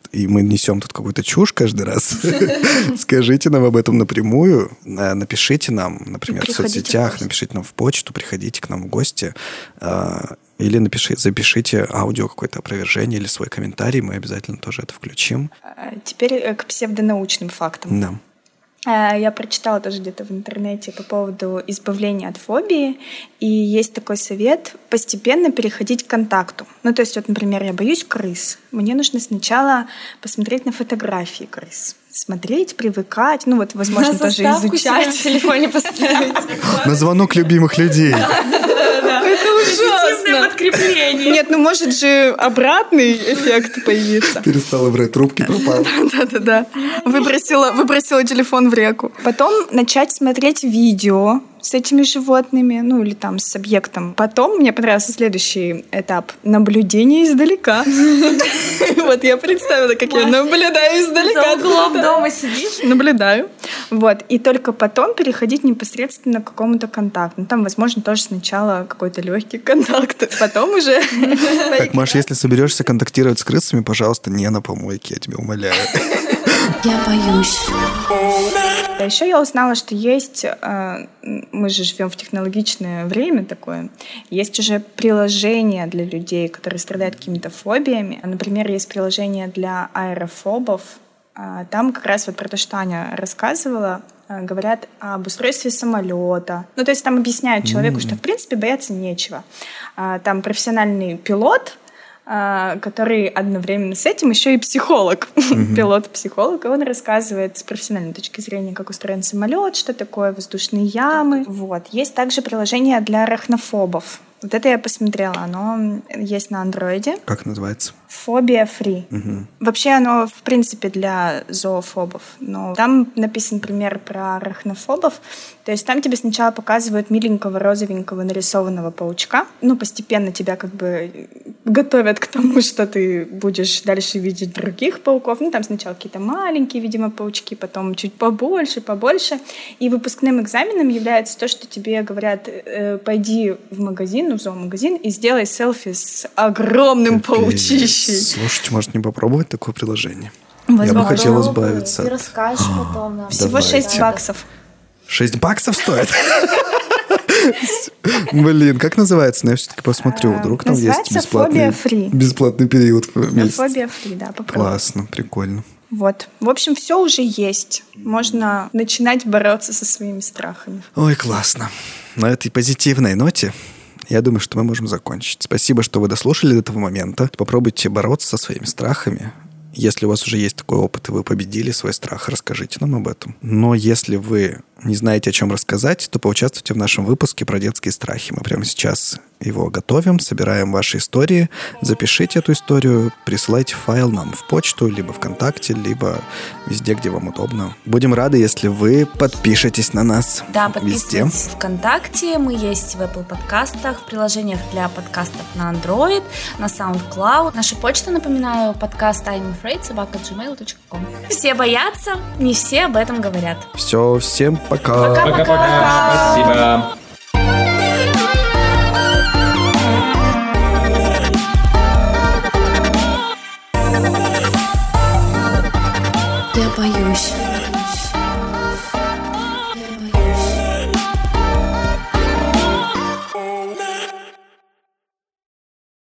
и мы несем тут какую-то чушь каждый раз, скажите нам об этом напрямую, напишите нам, например, в соцсетях, напишите нам в почту, приходите к нам в гости, или запишите аудио какое-то опровержение или свой комментарий, мы обязательно тоже это включим. Теперь к псевдонаучным фактам. Да. Я прочитала тоже где-то в интернете по поводу избавления от фобии, и есть такой совет постепенно переходить к контакту. Ну, то есть, вот, например, я боюсь крыс. Мне нужно сначала посмотреть на фотографии крыс. Смотреть, привыкать, ну вот, возможно, даже изучать. В телефоне поставить. На звонок любимых людей. Это ужасно. Подкрепление. Нет, ну может же обратный эффект появиться. Перестала брать трубки, пропал. Да. Выбросила телефон в реку. Потом начать смотреть видео с этими животными, ну или там с объектом. Потом мне понравился следующий этап — наблюдение издалека. Вот я представила, как я наблюдаю издалека. За углом дома сидишь? Наблюдаю. Вот. И только потом переходить непосредственно к какому-то контакту. Ну, там, возможно, тоже сначала какой-то легкий контакт, потом уже... Так, Маш, если соберешься контактировать с крысами, пожалуйста, не на помойке, я тебя умоляю. Я боюсь. А еще я узнала, что есть, мы же живем в технологичное время такое, есть уже приложения для людей, которые страдают какими-то фобиями. Например, есть приложение для аэрофобов. Там как раз вот про то, что Аня рассказывала, говорят об устройстве самолета. Ну, то есть там объясняют человеку, что, в принципе, бояться нечего. Там профессиональный пилот, который одновременно с этим еще и психолог. Пилот-психолог, и он рассказывает с профессиональной точки зрения, как устроен самолет, что такое воздушные ямы. Вот. Есть также приложение для арахнофобов. Вот это я посмотрела, оно есть на андроиде. Как называется? Phobia Free. Вообще оно, в принципе, для зоофобов. Но там написан пример про арахнофобов. То есть там тебе сначала показывают миленького розовенького нарисованного паучка. Ну, постепенно тебя как бы готовят к тому, что ты будешь дальше видеть других пауков. Ну, там сначала какие-то маленькие, видимо, паучки, потом чуть побольше. И выпускным экзаменом является то, что тебе говорят: пойди в магазин, в зоомагазин, и сделай селфи с огромным паучищем. Слушайте, может, не попробовать такое приложение? Возможно. Я бы хотел избавиться. Ты расскажешь потом нам. Всего Давайте. $6. 6 баксов стоит? Блин, как называется? Ну, я все-таки посмотрю. Вдруг там есть бесплатный период в месяц. Phobia Free, да, попробуй. Классно, прикольно. Вот. В общем, все уже есть. Можно начинать бороться со своими страхами. Ой, классно. На этой позитивной ноте я думаю, что мы можем закончить. Спасибо, что вы дослушали до этого момента. Попробуйте бороться со своими страхами. Если у вас уже есть такой опыт, и вы победили свой страх, расскажите нам об этом. Но если вы не знаете, о чем рассказать, то поучаствуйте в нашем выпуске про детские страхи. Мы прямо сейчас его готовим, собираем ваши истории. Запишите эту историю, присылайте файл нам в почту, либо ВКонтакте, либо везде, где вам удобно. Будем рады, если вы подпишетесь на нас. Да, везде. подписывайтесь ВКонтакте, мы есть в Apple подкастах, в приложениях для подкастов на Android, на SoundCloud. Наша почта, напоминаю, подкаст imafraid@gmail.com. Все боятся, не все об этом говорят. Все, всем пока. Пока-пока. Спасибо. Я боюсь.